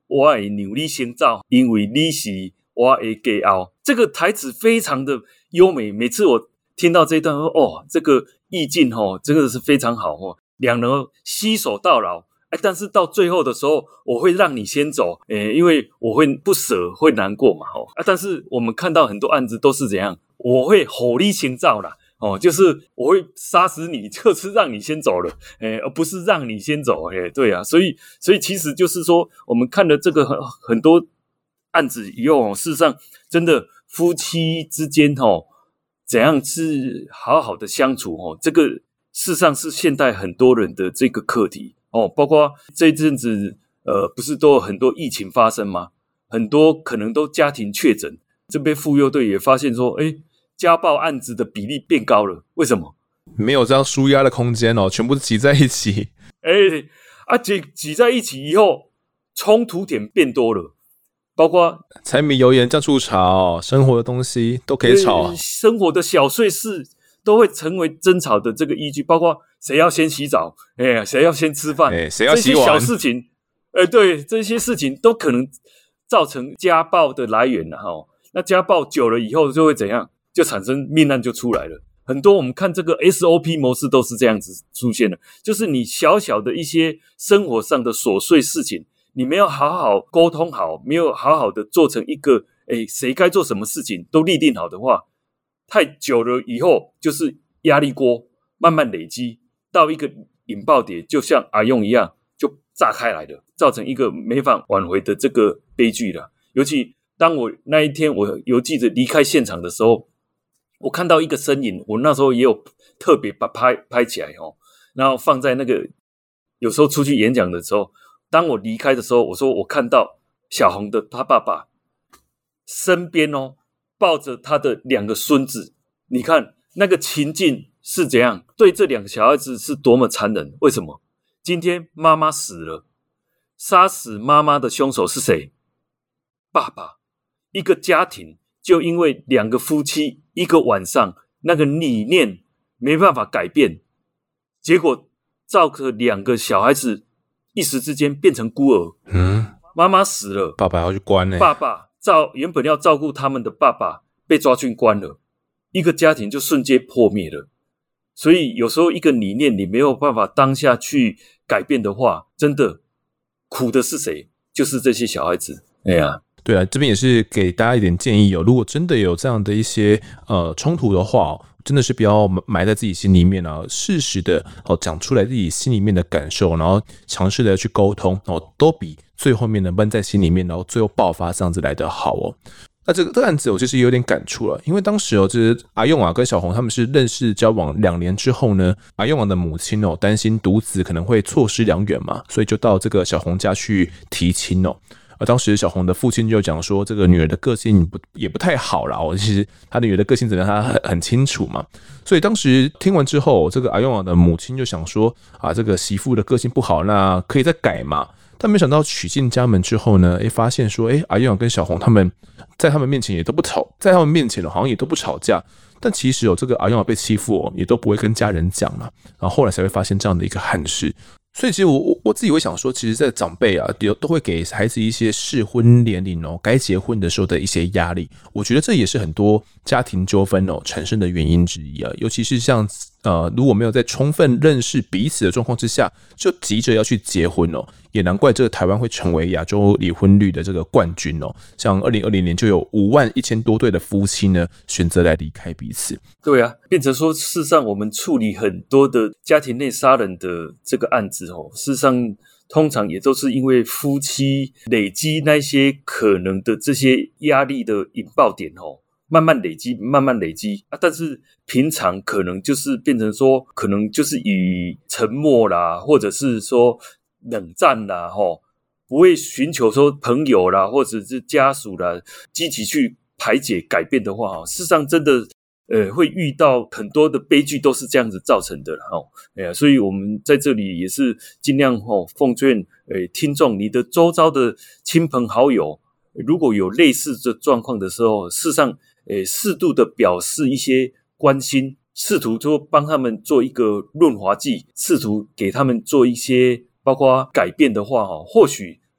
我会让你先走，因为你是我的家后。这个台词非常的优美，每次我听到这一段说哦，这个意境哦，真的是非常好哦，两人携手到老。哎，但是到最后的时候，我会让你先走，诶，因为我会不舍，会难过嘛，吼啊！但是我们看到很多案子都是怎样，我会吼你先走啦，哦，就是我会杀死你，就是让你先走了，诶，而不是让你先走，诶，对啊，所以，所以其实就是说，我们看了这个很很多案子以后，事实上，真的夫妻之间，吼，怎样是好好的相处，吼，这个事实上是现代很多人的这个课题。哦，包括这一阵子，呃，不是都有很多疫情发生吗？很多可能都家庭确诊，这边妇幼队也发现说，哎，家暴案子的比例变高了，为什么？ 没有这样抒压的空间哦，全部挤在一起。 哎，啊，挤挤在一起以后，冲突点变多了，包括柴米油盐酱醋茶哦，生活的东西都可以吵啊。 生活的小碎事都会成为争吵的这个依据，包括谁要先洗澡，哎，谁要先吃饭， 哎，谁要洗碗， 这些小事情，哎，对，这些事情都可能造成家暴的来源了哈。那家暴久了以后就会怎样？就产生命案就出来了。很多我们看这个 S O P 模式都是这样子出现的，就是你小小的一些生活上的琐碎事情，你没有好好沟通好，没有好好的做成一个，哎，谁该做什么事情都立定好的话，太久了以后就是压力锅慢慢累积到一个引爆点，就像阿用一样就炸开来了，造成一个没法挽回的这个悲剧了。尤其当我那一天我邮寄着离开现场的时候，我看到一个身影，我那时候也有特别把拍拍起来哦，然后放在那个有时候出去演讲的时候，当我离开的时候，我说我看到小红的他爸爸身边哦抱着他的两个孙子，你看那个情境是怎样，对这两个小孩子是多么残忍。为什么？今天妈妈死了，杀死妈妈的凶手是谁？爸爸。一个家庭就因为两个夫妻一个晚上那个理念没办法改变，结果造成两个小孩子一时之间变成孤儿。嗯，妈妈死了， 爸爸要去关欸。 爸爸照原本要照顾他们的爸爸被抓去关了，一个家庭就瞬间破灭了。所以有时候一个理念你没有办法当下去改变的话，真的苦的是谁？就是这些小孩子。哎呀， 对啊，这边也是给大家一点建议哦。如果真的有这样的一些呃冲突的话、哦，真的是不要埋在自己心里面啊，适时的哦讲出来自己心里面的感受，然后尝试的去沟通，然后都比最后面的闷在心里面，然后最后爆发这样子来得好哦。那这个这个案子我其实有点感触了，因为当时哦，就是阿用啊跟小红他们是认识交往两年之后呢，阿用啊的母亲哦担心独子可能会错失良缘嘛，所以就到这个小红家去提亲哦。而当时小红的父亲就讲说，这个女儿的个性不也不太好啦，我其实她的女儿的个性怎么样，她很很清楚嘛。所以当时听完之后，这个阿用啊的母亲就想说，啊，这个媳妇的个性不好，那可以再改嘛。但没想到娶进家门之后呢，哎，发现说，哎，阿用跟小红他们在他们面前也都不吵，在他们面前好像也都不吵架。但其实有、哦、这个阿用被欺负哦，也都不会跟家人讲嘛。然后后来才会发现这样的一个憾事。所以其实我我自己会想说，其实在长辈啊，都会给孩子一些适婚年龄哦，该结婚的时候的一些压力。我觉得这也是很多家庭纠纷哦产生的原因之一啊。尤其是像呃，如果没有在充分认识彼此的状况之下，就急着要去结婚哦，也难怪这个台湾会成为亚洲离婚率的这个冠军哦。像二零二零年就有五万一千多对的夫妻呢，选择来离开彼此。 对啊，变成说，事实上我们处理很多的家庭内杀人的这个案子哦，事实上通常也都是因为夫妻累积那些可能的这些压力的引爆点哦。慢慢累积，慢慢累积啊！但是平常可能就是变成说，可能就是以沉默啦，或者是说冷战啦，吼，不会寻求说朋友啦，或者是家属啦，积极去排解改变的话，事实上真的呃会遇到很多的悲剧，都是这样子造成的啦，吼，哎呀，所以我们在这里也是尽量吼奉劝呃听众，你的周遭的亲朋好友，如果有类似的状况的时候，事实上。诶，适度的表示一些关心，试图说帮他们做一个润滑剂，试图给他们做一些包括改变的话，或许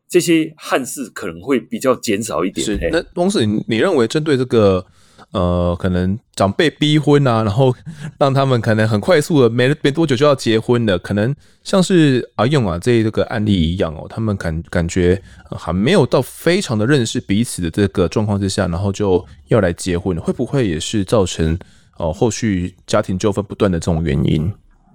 这些憾事可能会比较减少一点。 是，那翁士，你认为针对这个呃，可能长辈逼婚啊，然后让他们可能很快速的没没多久就要结婚了，可能像是阿用啊这这个案例一样哦，他们感感觉、呃、还没有到非常的认识彼此的这个状况之下，然后就要来结婚，会不会也是造成哦、呃、后续家庭纠纷不断的这种原因？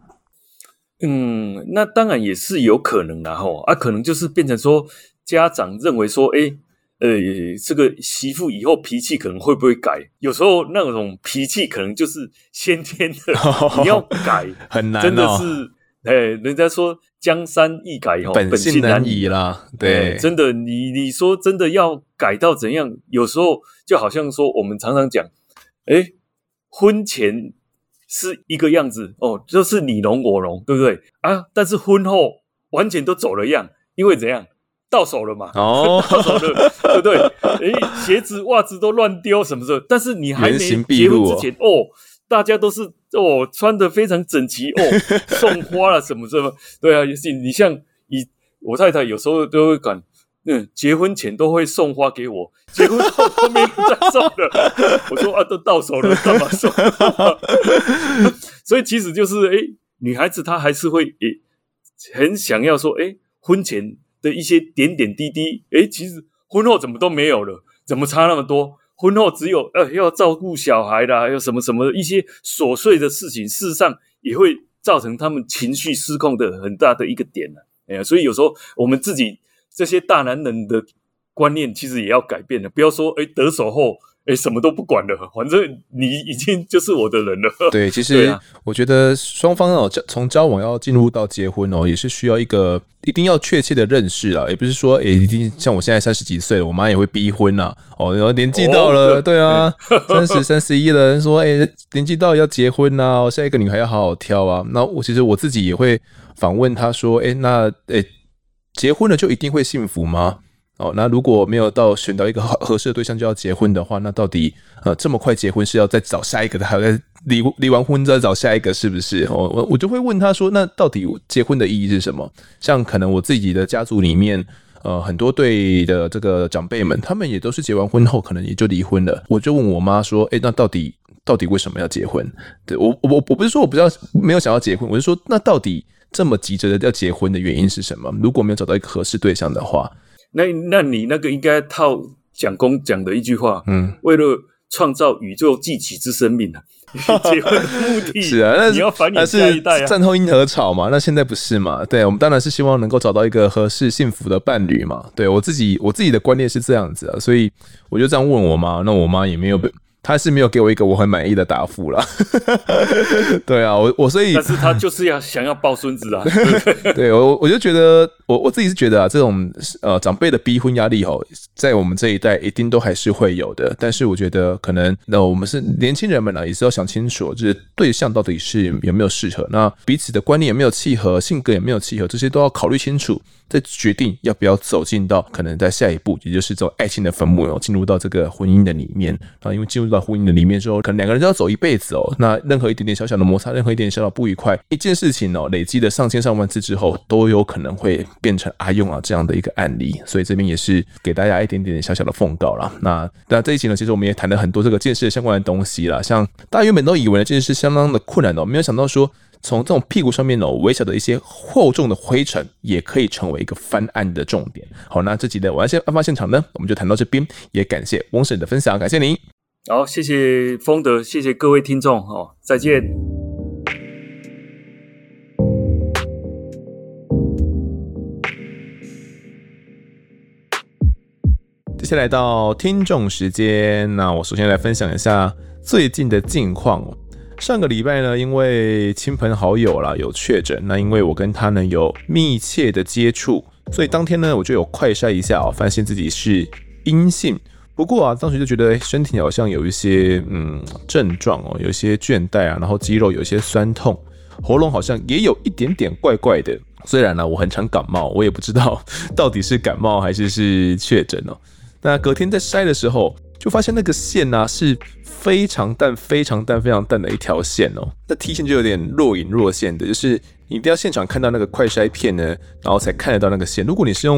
嗯，那当然也是有可能啦吼啊，可能就是变成说家长认为说，诶呃，这个媳妇以后脾气可能会不会改？有时候那种脾气可能就是先天的，你要改很难、哦， 真的是，哎，人家说江山易改哦， 本性难移啦。对， 真的，你你说真的要改到怎样？有时候就好像说，我们常常讲，哎，婚前是一个样子哦，就是你侬我侬，对不对啊？但是婚后完全都走了样，因为怎样？到手了嘛？哦，到手了，对不对？哎，鞋子、袜子都乱丢什么的，但是你还没结婚之前，哦，哦大家都是哦穿得非常整齐哦，送花了什么什么，对啊，你像以我太太有时候都会讲，嗯，结婚前都会送花给我，结婚后都没有再送了。我说啊，都到手了，干嘛送？所以其实就是，哎，女孩子她还是会，诶，很想要说，哎，婚前的一些点点滴滴，诶，其实婚后怎么都没有了？怎么差那么多？婚后只有呃要照顾小孩啦，有什么什么一些琐碎的事情，事实上也会造成他们情绪失控的很大的一个点呢、啊。哎呀，所以有时候我们自己这些大男人的观念其实也要改变了，不要说哎得手后哎什么都不管了，反正你已经就是我的人了。 对，其实我觉得双方哦从交往要进入到结婚哦，也是需要一个一定要确切的认识啊，也不是说诶一定像我现在三十几岁了，我妈也会逼婚啊，哦，然后年纪到了，哦、对啊，三十三十一了，人说诶年纪到了要结婚啊，哦，下一个女孩要好好挑啊。那我其实我自己也会访问她说，诶那诶结婚了就一定会幸福吗？哦，那如果没有到选到一个合适的对象就要结婚的话，那到底呃这么快结婚是要再找下一个的，还要再离离完婚再找下一个，是不是？哦，我我就会问他说，那到底结婚的意义是什么？像可能我自己的家族里面，呃，很多对的这个长辈们，他们也都是结完婚后可能也就离婚了。我就问我妈说，哎，那到底到底为什么要结婚？对我我我不是说我不要没有想要结婚，我是说那到底这么急着要结婚的原因是什么？如果没有找到一个合适对象的话。 那那你那个应该套蒋公讲的一句话，嗯，为了创造宇宙继起之生命啊，结婚的目的是啊，那你要繁衍下一代啊。 战后婴儿潮嘛，那现在不是嘛？对，我们当然是希望能够找到一个合适幸福的伴侣嘛。对我自己，我自己的观念是这样子啊，所以我就这样问我妈，那我妈也没有。他是没有给我一个我很满意的答复啦。对啊，我我所以， 但是他就是要想要抱孙子啊。 对，我我就觉得，我我自己是觉得啊，这种呃长辈的逼婚压力吼，在我们这一代一定都还是会有的。但是我觉得可能那我们是年轻人们啊，也是要想清楚，就是对象到底是有没有适合，那彼此的观念有没有契合，性格有没有契合，这些都要考虑清楚，再决定要不要走进到可能在下一步，也就是这种爱情的坟墓哦，进入到这个婚姻的里面啊，因为进入到婚姻的里面之后，可能两个人就要走一辈子哦。那任何一点点小小的摩擦，任何一点点小小不愉快，一件事情哦，累积的上千上万次之后，都有可能会变成阿用啊这样的一个案例。所以这边也是给大家一点点小小的奉告啦。那那这一期呢，其实我们也谈了很多这个健视相关的东西啦，像大家原本都以为呢健视相当的困难哦，没有想到说。从这种屁股上面哦微小的一些厚重的灰尘，也可以成为一个翻案的重点。好，那这集的晚安案发现场呢，我们就谈到这边，也感谢翁婶的分享，感谢您。 好，谢谢丰德，谢谢各位听众哦，再见。 接下来到听众时间，那我首先来分享一下最近的近况哦。上个礼拜呢，因为亲朋好友啦有确诊，那因为我跟他呢有密切的接触，所以当天呢我就有快筛一下哦，发现自己是阴性。不过啊，当时就觉得身体好像有一些嗯症状哦，有一些倦怠啊，然后肌肉有一些酸痛，喉咙好像也有一点点怪怪的。虽然呢我很常感冒，我也不知道到底是感冒还是是确诊哦。那隔天在筛的时候，就发现那个线啊是非常淡、非常淡、非常淡的一条线哦。那 T 线就有点若隐若现的，就是你一定要现场看到那个快筛片呢，然后才看得到那个线。如果你是用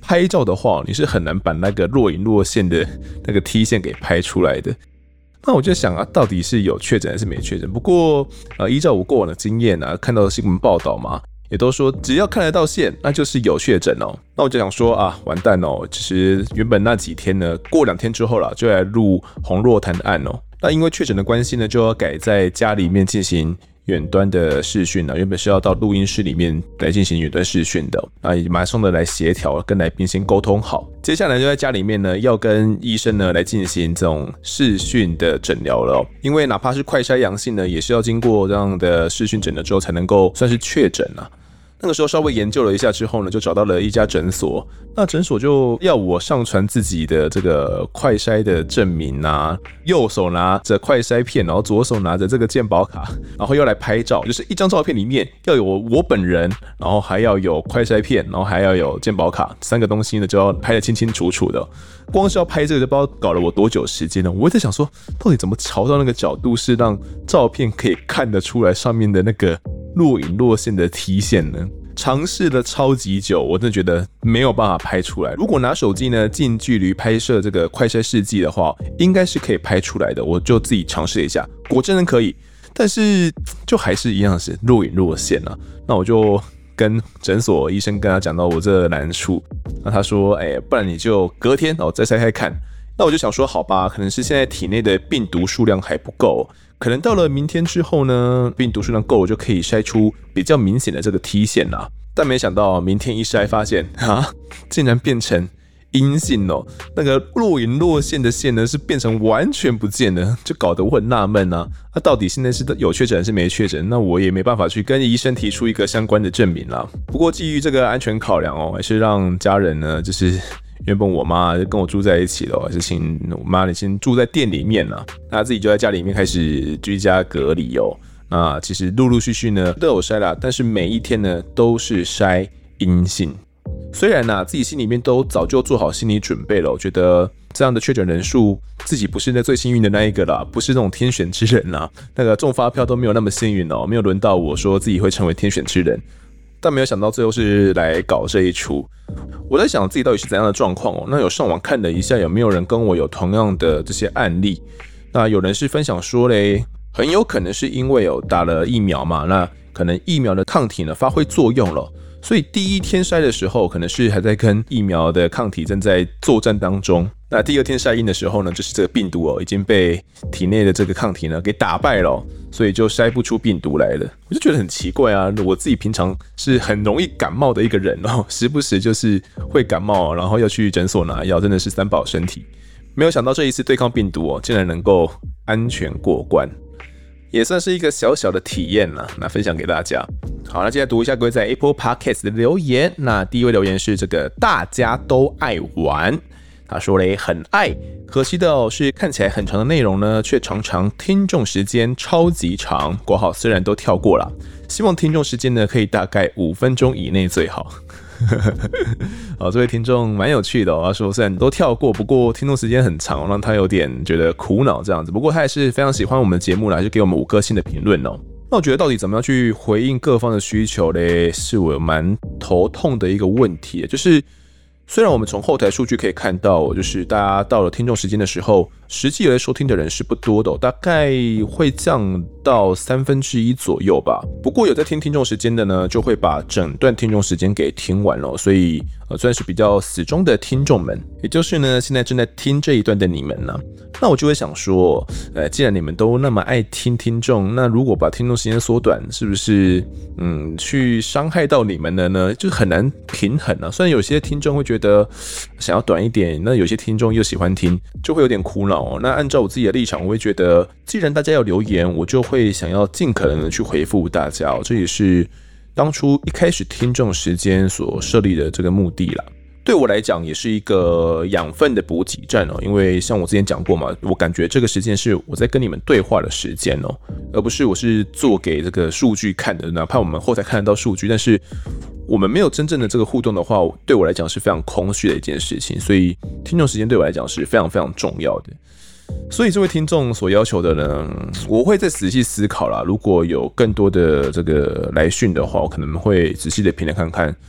拍照的话，你是很难把那个若隐若现的那个 T 线给拍出来的。那我就想啊，到底是有确诊还是没确诊？不过呃，依照我过往的经验啊，看到新闻报道嘛，也都说只要看得到线，那就是有确诊哦。那我就想说啊，完蛋哦！其实原本那几天呢，过两天之后啦，就来录洪若潭的案哦。那因为确诊的关系呢，就要改在家里面进行远端的视讯了，原本是要到录音室里面来进行远端视讯的，啊，马上的来协调，跟来宾先沟通好。接下来就在家里面呢，要跟医生呢来进行这种视讯的诊疗了、哦，因为哪怕是快筛阳性呢，也是要经过这样的视讯诊疗之后才能够算是确诊啊。那个时候稍微研究了一下之后呢，就找到了一家诊所，那诊所就要我上传自己的这个快筛的证明啊，右手拿着快筛片，然后左手拿着这个健保卡，然后要来拍照，就是一张照片里面要有我本人，然后还要有快筛片，然后还要有健保卡，三个东西呢就要拍得清清楚楚的。光是要拍这个就不知道搞了我多久时间了。我在想说，到底怎么调到那个角度是让照片可以看得出来上面的那个若隐若现的 T 线呢？尝试了超级久，我真的觉得没有办法拍出来。如果拿手机呢近距离拍摄这个快筛试剂的话，应该是可以拍出来的。我就自己尝试了一下，果真的可以，但是就还是一样是若隐若现啊。那我就跟诊所医生跟他讲到我这个难处，那他说，哎、欸，不然你就隔天哦再筛筛看。那我就想说，好吧，可能是现在体内的病毒数量还不够。可能到了明天之后呢，病毒数量够了，就可以筛出比较明显的这个 T 线啦。但没想到明天一筛发现，啊，竟然变成阴性哦。那个若隐若现的线呢，是变成完全不见了，就搞得我很纳闷啊。那、啊、到底现在是有确诊还是没确诊？那我也没办法去跟医生提出一个相关的证明啦。不过基于这个安全考量哦，还是让家人呢，就是原本我妈跟我住在一起了，还是请我妈先住在店里面啦，那自己就在家里面开始居家隔离哦。那其实陆陆续续呢都有筛啦，但是每一天呢都是筛阴性。虽然啊自己心里面都早就做好心理准备了，我觉得这样的确诊人数自己不是那最幸运的那一个啦，不是那种天选之人啦，那个中发票都没有那么幸运哦，没有轮到我说自己会成为天选之人。但没有想到最后是来搞这一出。我在想自己到底是怎样的状况哦。那有上网看了一下，有没有人跟我有同样的这些案例？那有人是分享说嘞，很有可能是因为有打了疫苗嘛，那可能疫苗的抗体呢发挥作用了，所以第一天筛的时候可能是还在跟疫苗的抗体正在作战当中。那第二天筛阴的时候呢，就是这个病毒哦已经被体内的这个抗体呢给打败了，所以就筛不出病毒来了。我就觉得很奇怪啊，我自己平常是很容易感冒的一个人哦，时不时就是会感冒，然后要去诊所拿药，真的是三宝身体。没有想到这一次对抗病毒哦，竟然能够安全过关，也算是一个小小的体验啦，那分享给大家。好，那接下来读一下各位在 Apple Podcast 的留言。那第一位留言是这个大家都爱玩。他说嘞，很爱，可惜的哦是看起来很长的内容呢，却常常听众时间超级长。括号虽然都跳过了，希望听众时间呢可以大概五分钟以内最好。好，这位听众蛮有趣的哦，他说虽然都跳过，不过听众时间很长，让他有点觉得苦恼这样子。不过他还是非常喜欢我们的节目啦，还是给我们五颗星的评论哦。那我觉得到底怎么样去回应各方的需求嘞，是我蛮头痛的一个问题，就是。虽然我们从后台数据可以看到，就是大家到了听众时间的时候，实际来收听的人是不多的、哦，大概会降到三分之一左右吧。不过有在听听众时间的呢，就会把整段听众时间给听完了，所以呃算是比较死忠的听众们，也就是呢现在正在听这一段的你们呢、啊。那我就会想说，呃，既然你们都那么爱听听众，那如果把听众时间缩短，是不是嗯去伤害到你们了呢？就很难平衡啊。虽然有些听众会觉得想要短一点，那有些听众又喜欢听，就会有点苦恼哦。那按照我自己的立场，我会觉得，既然大家要留言，我就会想要尽可能的去回复大家、哦，这也是当初一开始听众时间所设立的这个目的啦。对我来讲也是一个养分的补给站哦，因为像我之前讲过嘛，我感觉这个时间是我在跟你们对话的时间哦，而不是我是做给这个数据看的。哪怕我们后台看得到数据，但是我们没有真正的这个互动的话，对我来讲是非常空虚的一件事情。所以听众时间对我来讲是非常非常重要的。所以这位听众所要求的呢，我会再仔细思考啦。如果有更多的这个来讯的话，我可能会仔细的评论看看。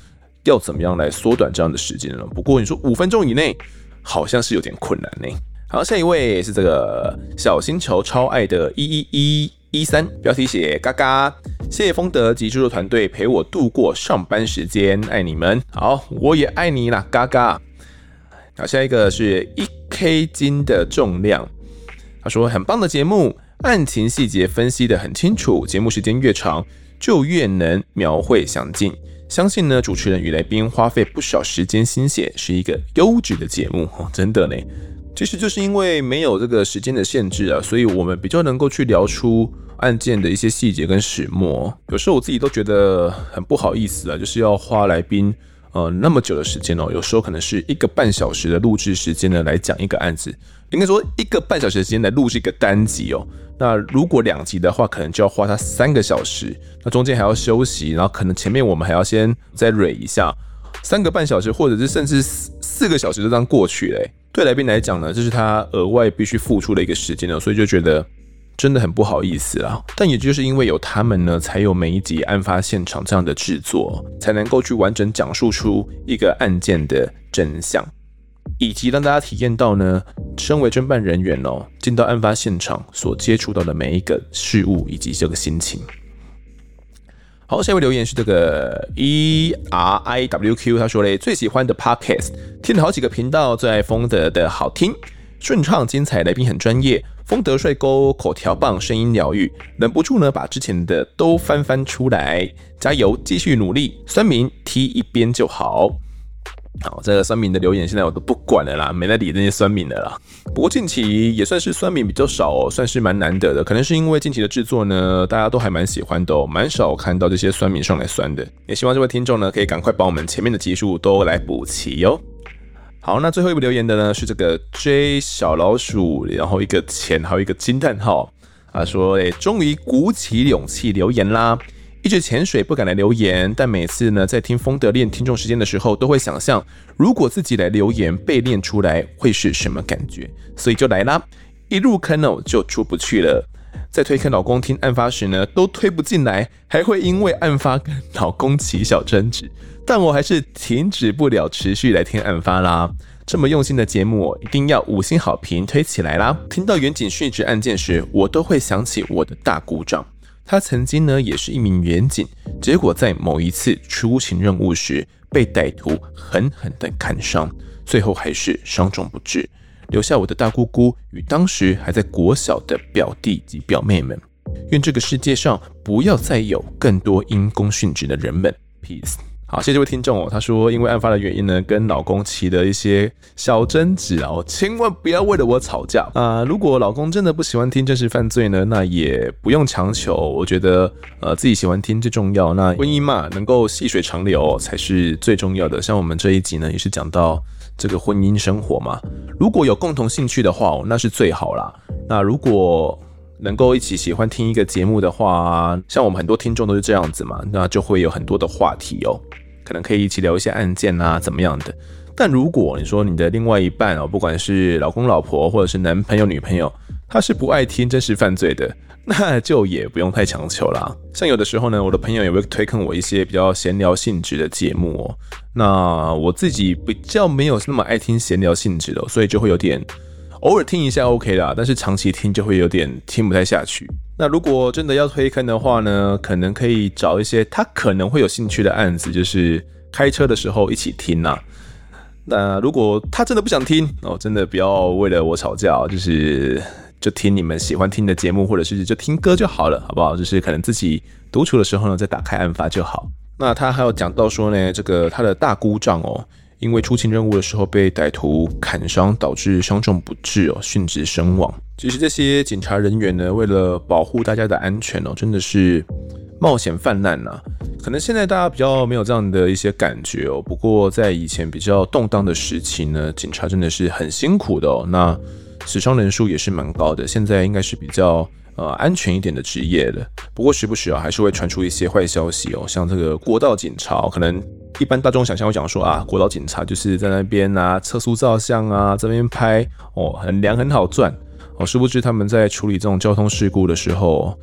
要怎么样来缩短这样的时间呢？不过你说五分钟以内，好像是有点困难呢。好，下一位是这个小星球超爱的一一一一三，标题写嘎嘎，谢谢丰德及制作团队陪我度过上班时间，爱你们。好，我也爱你啦，嘎嘎。好，下一个是一 K 斤的重量，他说很棒的节目，案情细节分析得很清楚，节目时间越长就越能描绘详尽。相信呢，主持人与来宾花费不少时间心血，是一个优质的节目哦，真的呢。其实就是因为没有这个时间的限制啊，所以我们比较能够去聊出案件的一些细节跟始末。有时候我自己都觉得很不好意思啊，就是要花来宾呃那么久的时间哦，有时候可能是一个半小时的录制时间呢来讲一个案子，应该说一个半小时的时间来录制一个单集哦。那如果两集的话，可能就要花它三个小时，那中间还要休息，然后可能前面我们还要先再蕊一下，三个半小时或者是甚至四个小时就这样过去了。对来宾来讲呢，这是他额外必须付出的一个时间了，所以就觉得真的很不好意思啦。但也就是因为有他们呢，才有每一集案发现场这样的制作，才能够去完整讲述出一个案件的真相，以及让大家体验到呢，身为侦办人员哦，进到案发现场所接触到的每一个事物以及这个心情。好，下一位留言是这个 E R I W Q， 他说嘞，最喜欢的 Podcast， 听了好几个频道，最爱丰德的好听，顺畅精彩，来宾很专业，丰德帅哥口条棒，声音疗愈，忍不住呢把之前的都翻翻出来，加油，继续努力，酸民踢一边就好。好，这个酸民的留言现在我都不管了啦，没来理那些酸民了啦。不过近期也算是酸民比较少哦，算是蛮难得的。可能是因为近期的制作呢，大家都还蛮喜欢的哦，蛮少看到这些酸民上来酸的。也希望这位听众呢，可以赶快把我们前面的集数都来补齐哦。好，那最后一位留言的呢是这个 J 小老鼠，然后一个钱，还有一个惊叹号啊，说诶，终于鼓起勇气留言啦。一直潜水不敢来留言，但每次呢在听丰德练听众时间的时候，都会想象如果自己来留言被练出来会是什么感觉，所以就来啦。一入坑哦就出不去了，在推坑老公听案发时呢，都推不进来，还会因为案发跟老公起小争执，但我还是停止不了持续来听案发啦。这么用心的节目，一定要五星好评推起来啦！听到远景殉职案件时，我都会想起我的大姑丈。他曾经呢也是一名远警，结果在某一次出勤任务时被歹徒狠狠地砍伤，最后还是伤重不治，留下我的大姑姑与当时还在国小的表弟及表妹们。愿这个世界上不要再有更多因公殉职的人们。Peace。好，谢谢这位听众哦。他说，因为案发的原因呢，跟老公起了一些小争执啊，千万不要为了我吵架啊、呃。如果老公真的不喜欢听真实犯罪呢，那也不用强求。我觉得呃自己喜欢听最重要。那婚姻嘛，能够细水长流、哦、才是最重要的。像我们这一集呢，也是讲到这个婚姻生活嘛，如果有共同兴趣的话、哦，那是最好啦。那如果能够一起喜欢听一个节目的话，像我们很多听众都是这样子嘛，那就会有很多的话题哦，可能可以一起聊一些案件啊，怎么样的。但如果你说你的另外一半哦，不管是老公老婆或者是男朋友女朋友，他是不爱听真实犯罪的，那就也不用太强求啦。像有的时候呢，我的朋友也会推坑我一些比较闲聊性质的节目哦，那我自己比较没有那么爱听闲聊性质的、哦，所以就会有点偶尔听一下 OK 啦，但是长期听就会有点听不太下去。那如果真的要推坑的话呢，可能可以找一些他可能会有兴趣的案子，就是开车的时候一起听啦。那如果他真的不想听哦，真的不要为了我吵架，就是就听你们喜欢听的节目，或者是就听歌就好了，好不好？就是可能自己独处的时候呢，再打开案发就好。那他还有讲到说呢，这个他的大姑丈哦，因为出勤任务的时候被歹徒砍伤，导致伤重不治哦，殉职身亡。其实这些警察人员呢，为了保护大家的安全哦，真的是冒险犯难啊。可能现在大家比较没有这样的一些感觉哦，不过在以前比较动荡的时期呢，警察真的是很辛苦的哦。那死伤人数也是蛮高的，现在应该是比较呃安全一点的职业了。不过时不时啊，还是会传出一些坏消息哦，像这个国道警察，可能一般大众想象会讲说啊，国道警察就是在那边啊测速照相啊，这边拍哦，很凉很好赚哦。殊不知他们在处理这种交通事故的时候，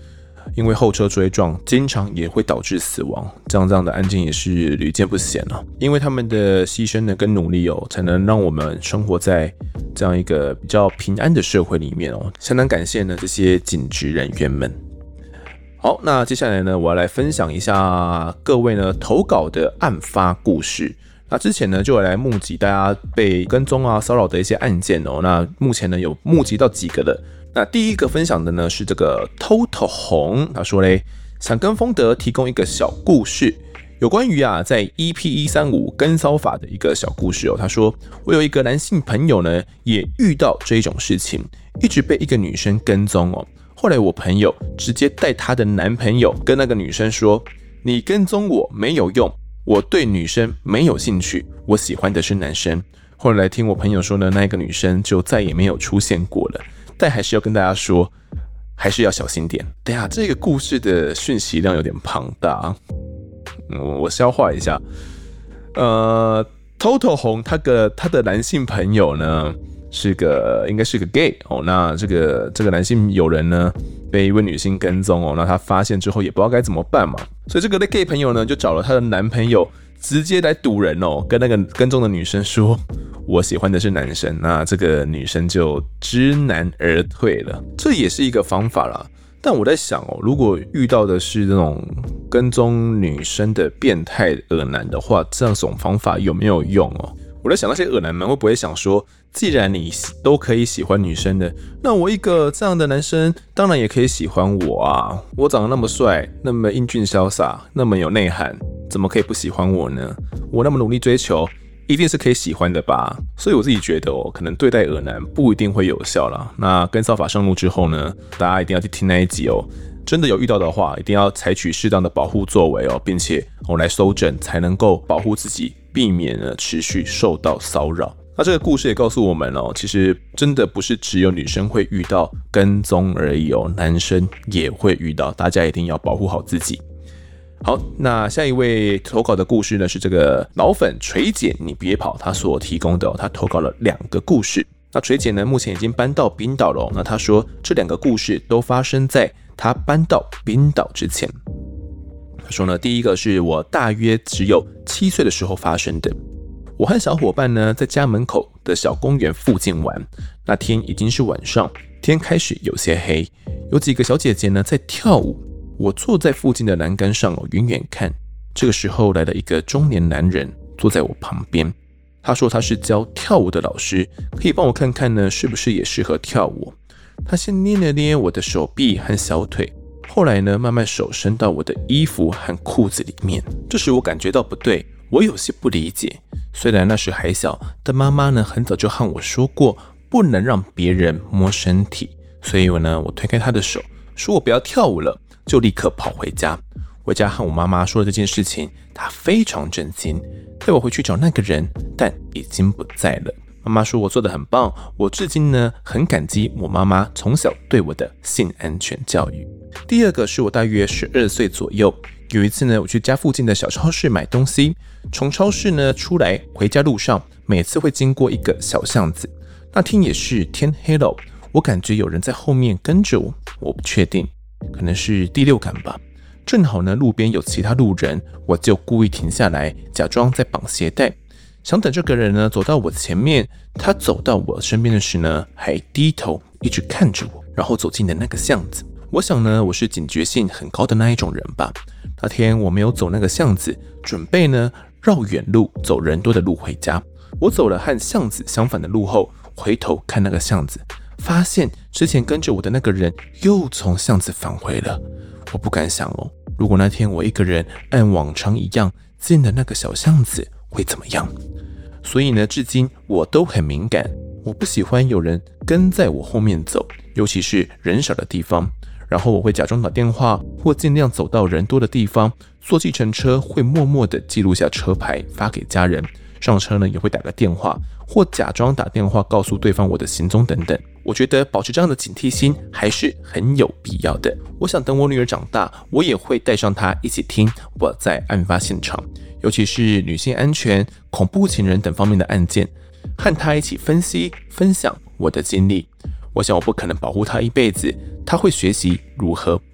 因为后车追撞，经常也会导致死亡，这样这样的案件也是屡见不鲜啊。因为他们的牺牲呢跟努力哦，才能让我们生活在这样一个比较平安的社会里面哦。相当感谢呢这些警职人员们。好，那接下来呢，我要来分享一下各位呢投稿的案发故事。那之前呢，就有来募集大家被跟踪啊、骚扰的一些案件哦。那目前呢，有募集到几个了。那第一个分享的呢是这个 Toto 红，他说嘞，想跟丰德提供一个小故事，有关于啊在 E P 一三五跟骚法的一个小故事哦。他说，我有一个男性朋友呢，也遇到这一种事情，一直被一个女生跟踪哦。后来我朋友直接带她的男朋友跟那个女生说，你跟踪我没有用。我对女生没有兴趣，我喜欢的是男生。后来听我朋友说呢，那个女生就再也没有出现过了。但还是要跟大家说，还是要小心点。等一下，这个故事的讯息量有点庞大，嗯、我消化一下。呃 ，Toto 红他的他的男性朋友呢是个应该是个 gay 哦。那这个这个男性友人呢被一位女性跟踪哦，那他发现之后也不知道该怎么办嘛，所以这个 gay 朋友呢就找了他的男朋友直接来堵人哦，跟那个跟踪的女生说，我喜欢的是男生。那这个女生就知难而退了，这也是一个方法啦。但我在想哦，如果遇到的是那种跟踪女生的变态恶男的话，这样种方法有没有用哦？我在想那些恶男们会不会想说，既然你都可以喜欢女生的，那我一个这样的男生当然也可以喜欢我啊！我长得那么帅，那么英俊潇洒，那么有内涵，怎么可以不喜欢我呢？我那么努力追求，一定是可以喜欢的吧？所以我自己觉得哦，可能对待恶男不一定会有效啦。那跟骚法上路之后呢，大家一定要去听那一集哦。真的有遇到的话，一定要采取适当的保护作为哦，并且我来搜证，才能够保护自己，避免呢持续受到骚扰。那这个故事也告诉我们哦，其实真的不是只有女生会遇到跟踪而已哦，男生也会遇到，大家一定要保护好自己。好，那下一位投稿的故事呢是这个老粉锤姐你别跑，他所提供的哦，他投稿了两个故事。那锤姐呢目前已经搬到冰岛了哦，那他说这两个故事都发生在他搬到冰岛之前。他说呢，第一个是我大约只有七岁的时候发生的。我和小伙伴呢在家门口的小公园附近玩，那天已经是晚上，天开始有些黑，有几个小姐姐呢在跳舞。我坐在附近的栏杆上哦，远远看。这个时候来了一个中年男人坐在我旁边，他说他是教跳舞的老师，可以帮我看看呢是不是也适合跳舞。他先捏了捏我的手臂和小腿，后来呢慢慢手伸到我的衣服和裤子里面。这时我感觉到不对，我有些不理解。虽然那时还小，但妈妈呢很早就和我说过不能让别人摸身体，所以我呢我推开他的手，说我不要跳舞了，就立刻跑回家。回家和我妈妈说了这件事情，她非常震惊，带我回去找那个人，但已经不在了。妈妈说我做得很棒，我至今呢很感激我妈妈从小对我的性安全教育。第二个是我大约十二岁左右，有一次呢我去家附近的小超市买东西，从超市呢出来回家路上，每次会经过一个小巷子。那天也是天黑了，我感觉有人在后面跟着我，我不确定，可能是第六感吧。正好呢路边有其他路人，我就故意停下来，假装在绑鞋带，想等这个人呢走到我前面。他走到我身边的时呢，还低头一直看着我，然后走进了那个巷子。我想呢我是警觉性很高的那一种人吧。那天我没有走那个巷子，准备呢绕远路走人多的路回家。我走了和巷子相反的路后，回头看那个巷子，发现之前跟着我的那个人又从巷子返回了。我不敢想哦，如果那天我一个人按往常一样进了那个小巷子会怎么样。所以呢至今我都很敏感，我不喜欢有人跟在我后面走，尤其是人少的地方。然后我会假装打电话，或尽量走到人多的地方。坐计程车会默默地记录下车牌发给家人，上车呢也会打个电话，或假装打电话告诉对方我的行踪等等。我觉得保持这样的警惕心还是很有必要的。我想等我女儿长大，我也会带上她一起听我在案发现场，尤其是女性安全、恐怖情人等方面的案件，和她一起分析分享我的经历。我想我不可能保护她一辈子，她会学习如何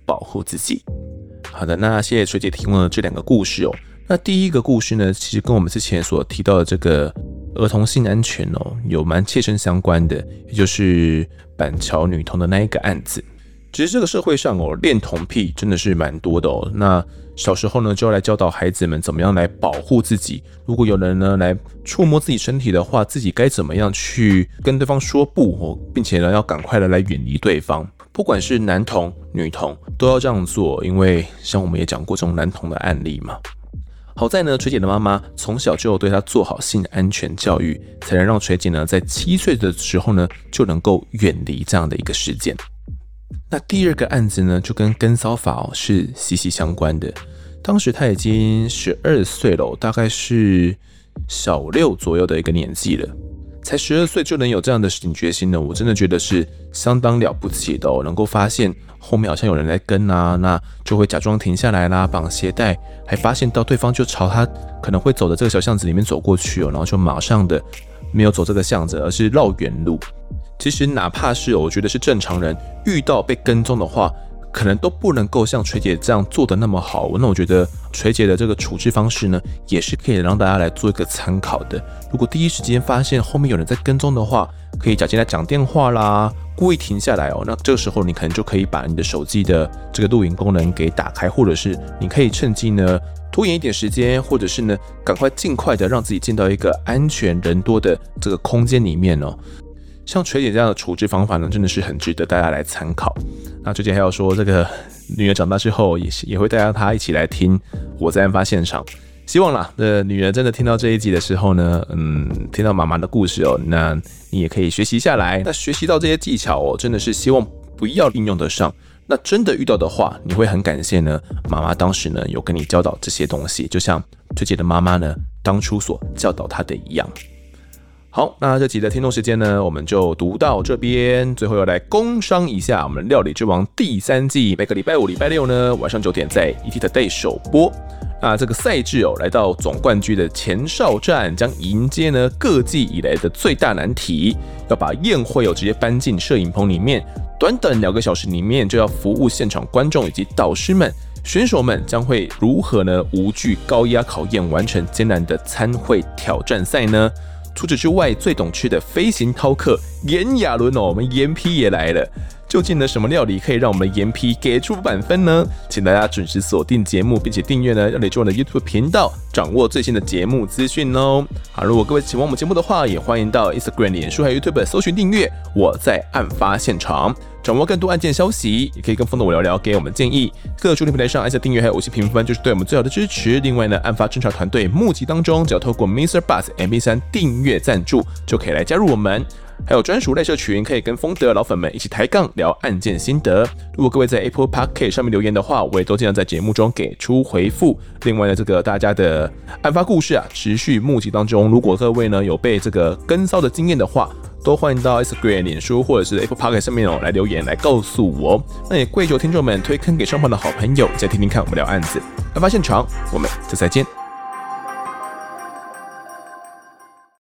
保护自己。好的，那谢谢水姐提供的这两个故事哦。那第一个故事呢，其实跟我们之前所提到的这个儿童性安全哦，有蛮切身相关的，也就是板桥女童的那一个案子。其实这个社会上哦，恋童癖真的是蛮多的哦。那小时候呢，就要来教导孩子们怎么样来保护自己。如果有人呢来触摸自己身体的话，自己该怎么样去跟对方说不哦，并且呢要赶快的来远离对方。不管是男童、女童，都要这样做，因为像我们也讲过这种男童的案例嘛。好在呢，锤姐的妈妈从小就对她做好性安全教育，才能让锤姐呢在七岁的时候呢就能够远离这样的一个事件。那第二个案子呢，就跟跟骚法、哦、是息息相关的。当时他已经十二岁了，大概是小六左右的一个年纪了，才十二岁就能有这样的警觉心呢，我真的觉得是相当了不起的哦。能够发现后面好像有人来跟啊，那就会假装停下来啦，绑鞋带，还发现到对方就朝他可能会走的这个小巷子里面走过去哦，然后就马上的没有走这个巷子，而是绕远路。其实哪怕是我觉得是正常人遇到被跟踪的话，可能都不能够像锤姐这样做的那么好。那我觉得锤姐的这个处置方式呢，也是可以让大家来做一个参考的。如果第一时间发现后面有人在跟踪的话，可以假借来讲电话啦，故意停下来哦。那这个时候你可能就可以把你的手机的这个录影功能给打开，或者是你可以趁机呢拖延一点时间，或者是呢赶快尽快的让自己进到一个安全人多的这个空间里面哦。像锤姐这样的处置方法呢，真的是很值得大家来参考。那锤姐还要说，这个女儿长大之后也也会带她一起来听我在案发现场。希望啦，呃，女儿真的听到这一集的时候呢，嗯，听到妈妈的故事哦，那你也可以学习下来。那学习到这些技巧哦，真的是希望不要应用得上。那真的遇到的话，你会很感谢呢，妈妈当时呢有跟你教导这些东西，就像锤姐的妈妈呢当初所教导她的一样。好，那这集的听众时间呢，我们就读到这边。最后要来工商一下，我们《料理之王》第三季，每个礼拜五、礼拜六呢晚上九点在 E T Today 首播。那这个赛制哦，来到总冠军的前哨战，将迎接呢各季以来的最大难题，要把宴会哦直接搬进摄影棚里面，短短两个小时里面就要服务现场观众以及导师们。选手们将会如何呢无惧高压考验，完成艰难的餐会挑战赛呢？除此之外，最懂吃的飞行饕客炎亚纶哦，我们炎 P 也来了。究竟呢什么料理可以让我们的炎 P 给出满分呢？请大家准时锁定节目，并且订阅呢料理之王的 YouTube 频道，掌握最新的节目资讯哦。好，如果各位喜欢我们节目的话，也欢迎到 Instagram、脸书还有 YouTube 搜寻订阅我在案发现场，掌握更多案件消息，也可以跟风的我聊聊，给我们建议。各收听平台上按下订阅还有五星评分，就是对我们最好的支持。另外呢，案发侦查团队募集当中，只要透过 Mister Bus M P 三 订阅赞助，就可以来加入我们。还有专属赖社群，可以跟风的老粉们一起抬杠聊案件心得。如果各位在 Apple Podcast 上面留言的话，我也都尽量在节目中给出回复。另外呢，这个大家的案发故事啊，持续募集当中。如果各位呢有被这个跟骚的经验的话，都欢迎到 Instagram、脸书或者是 Apple Podcast 上面哦来留言来告诉我。那也跪求听众们推坑给双方的好朋友，再听听看我们聊案子。案发现场，我们下次再见。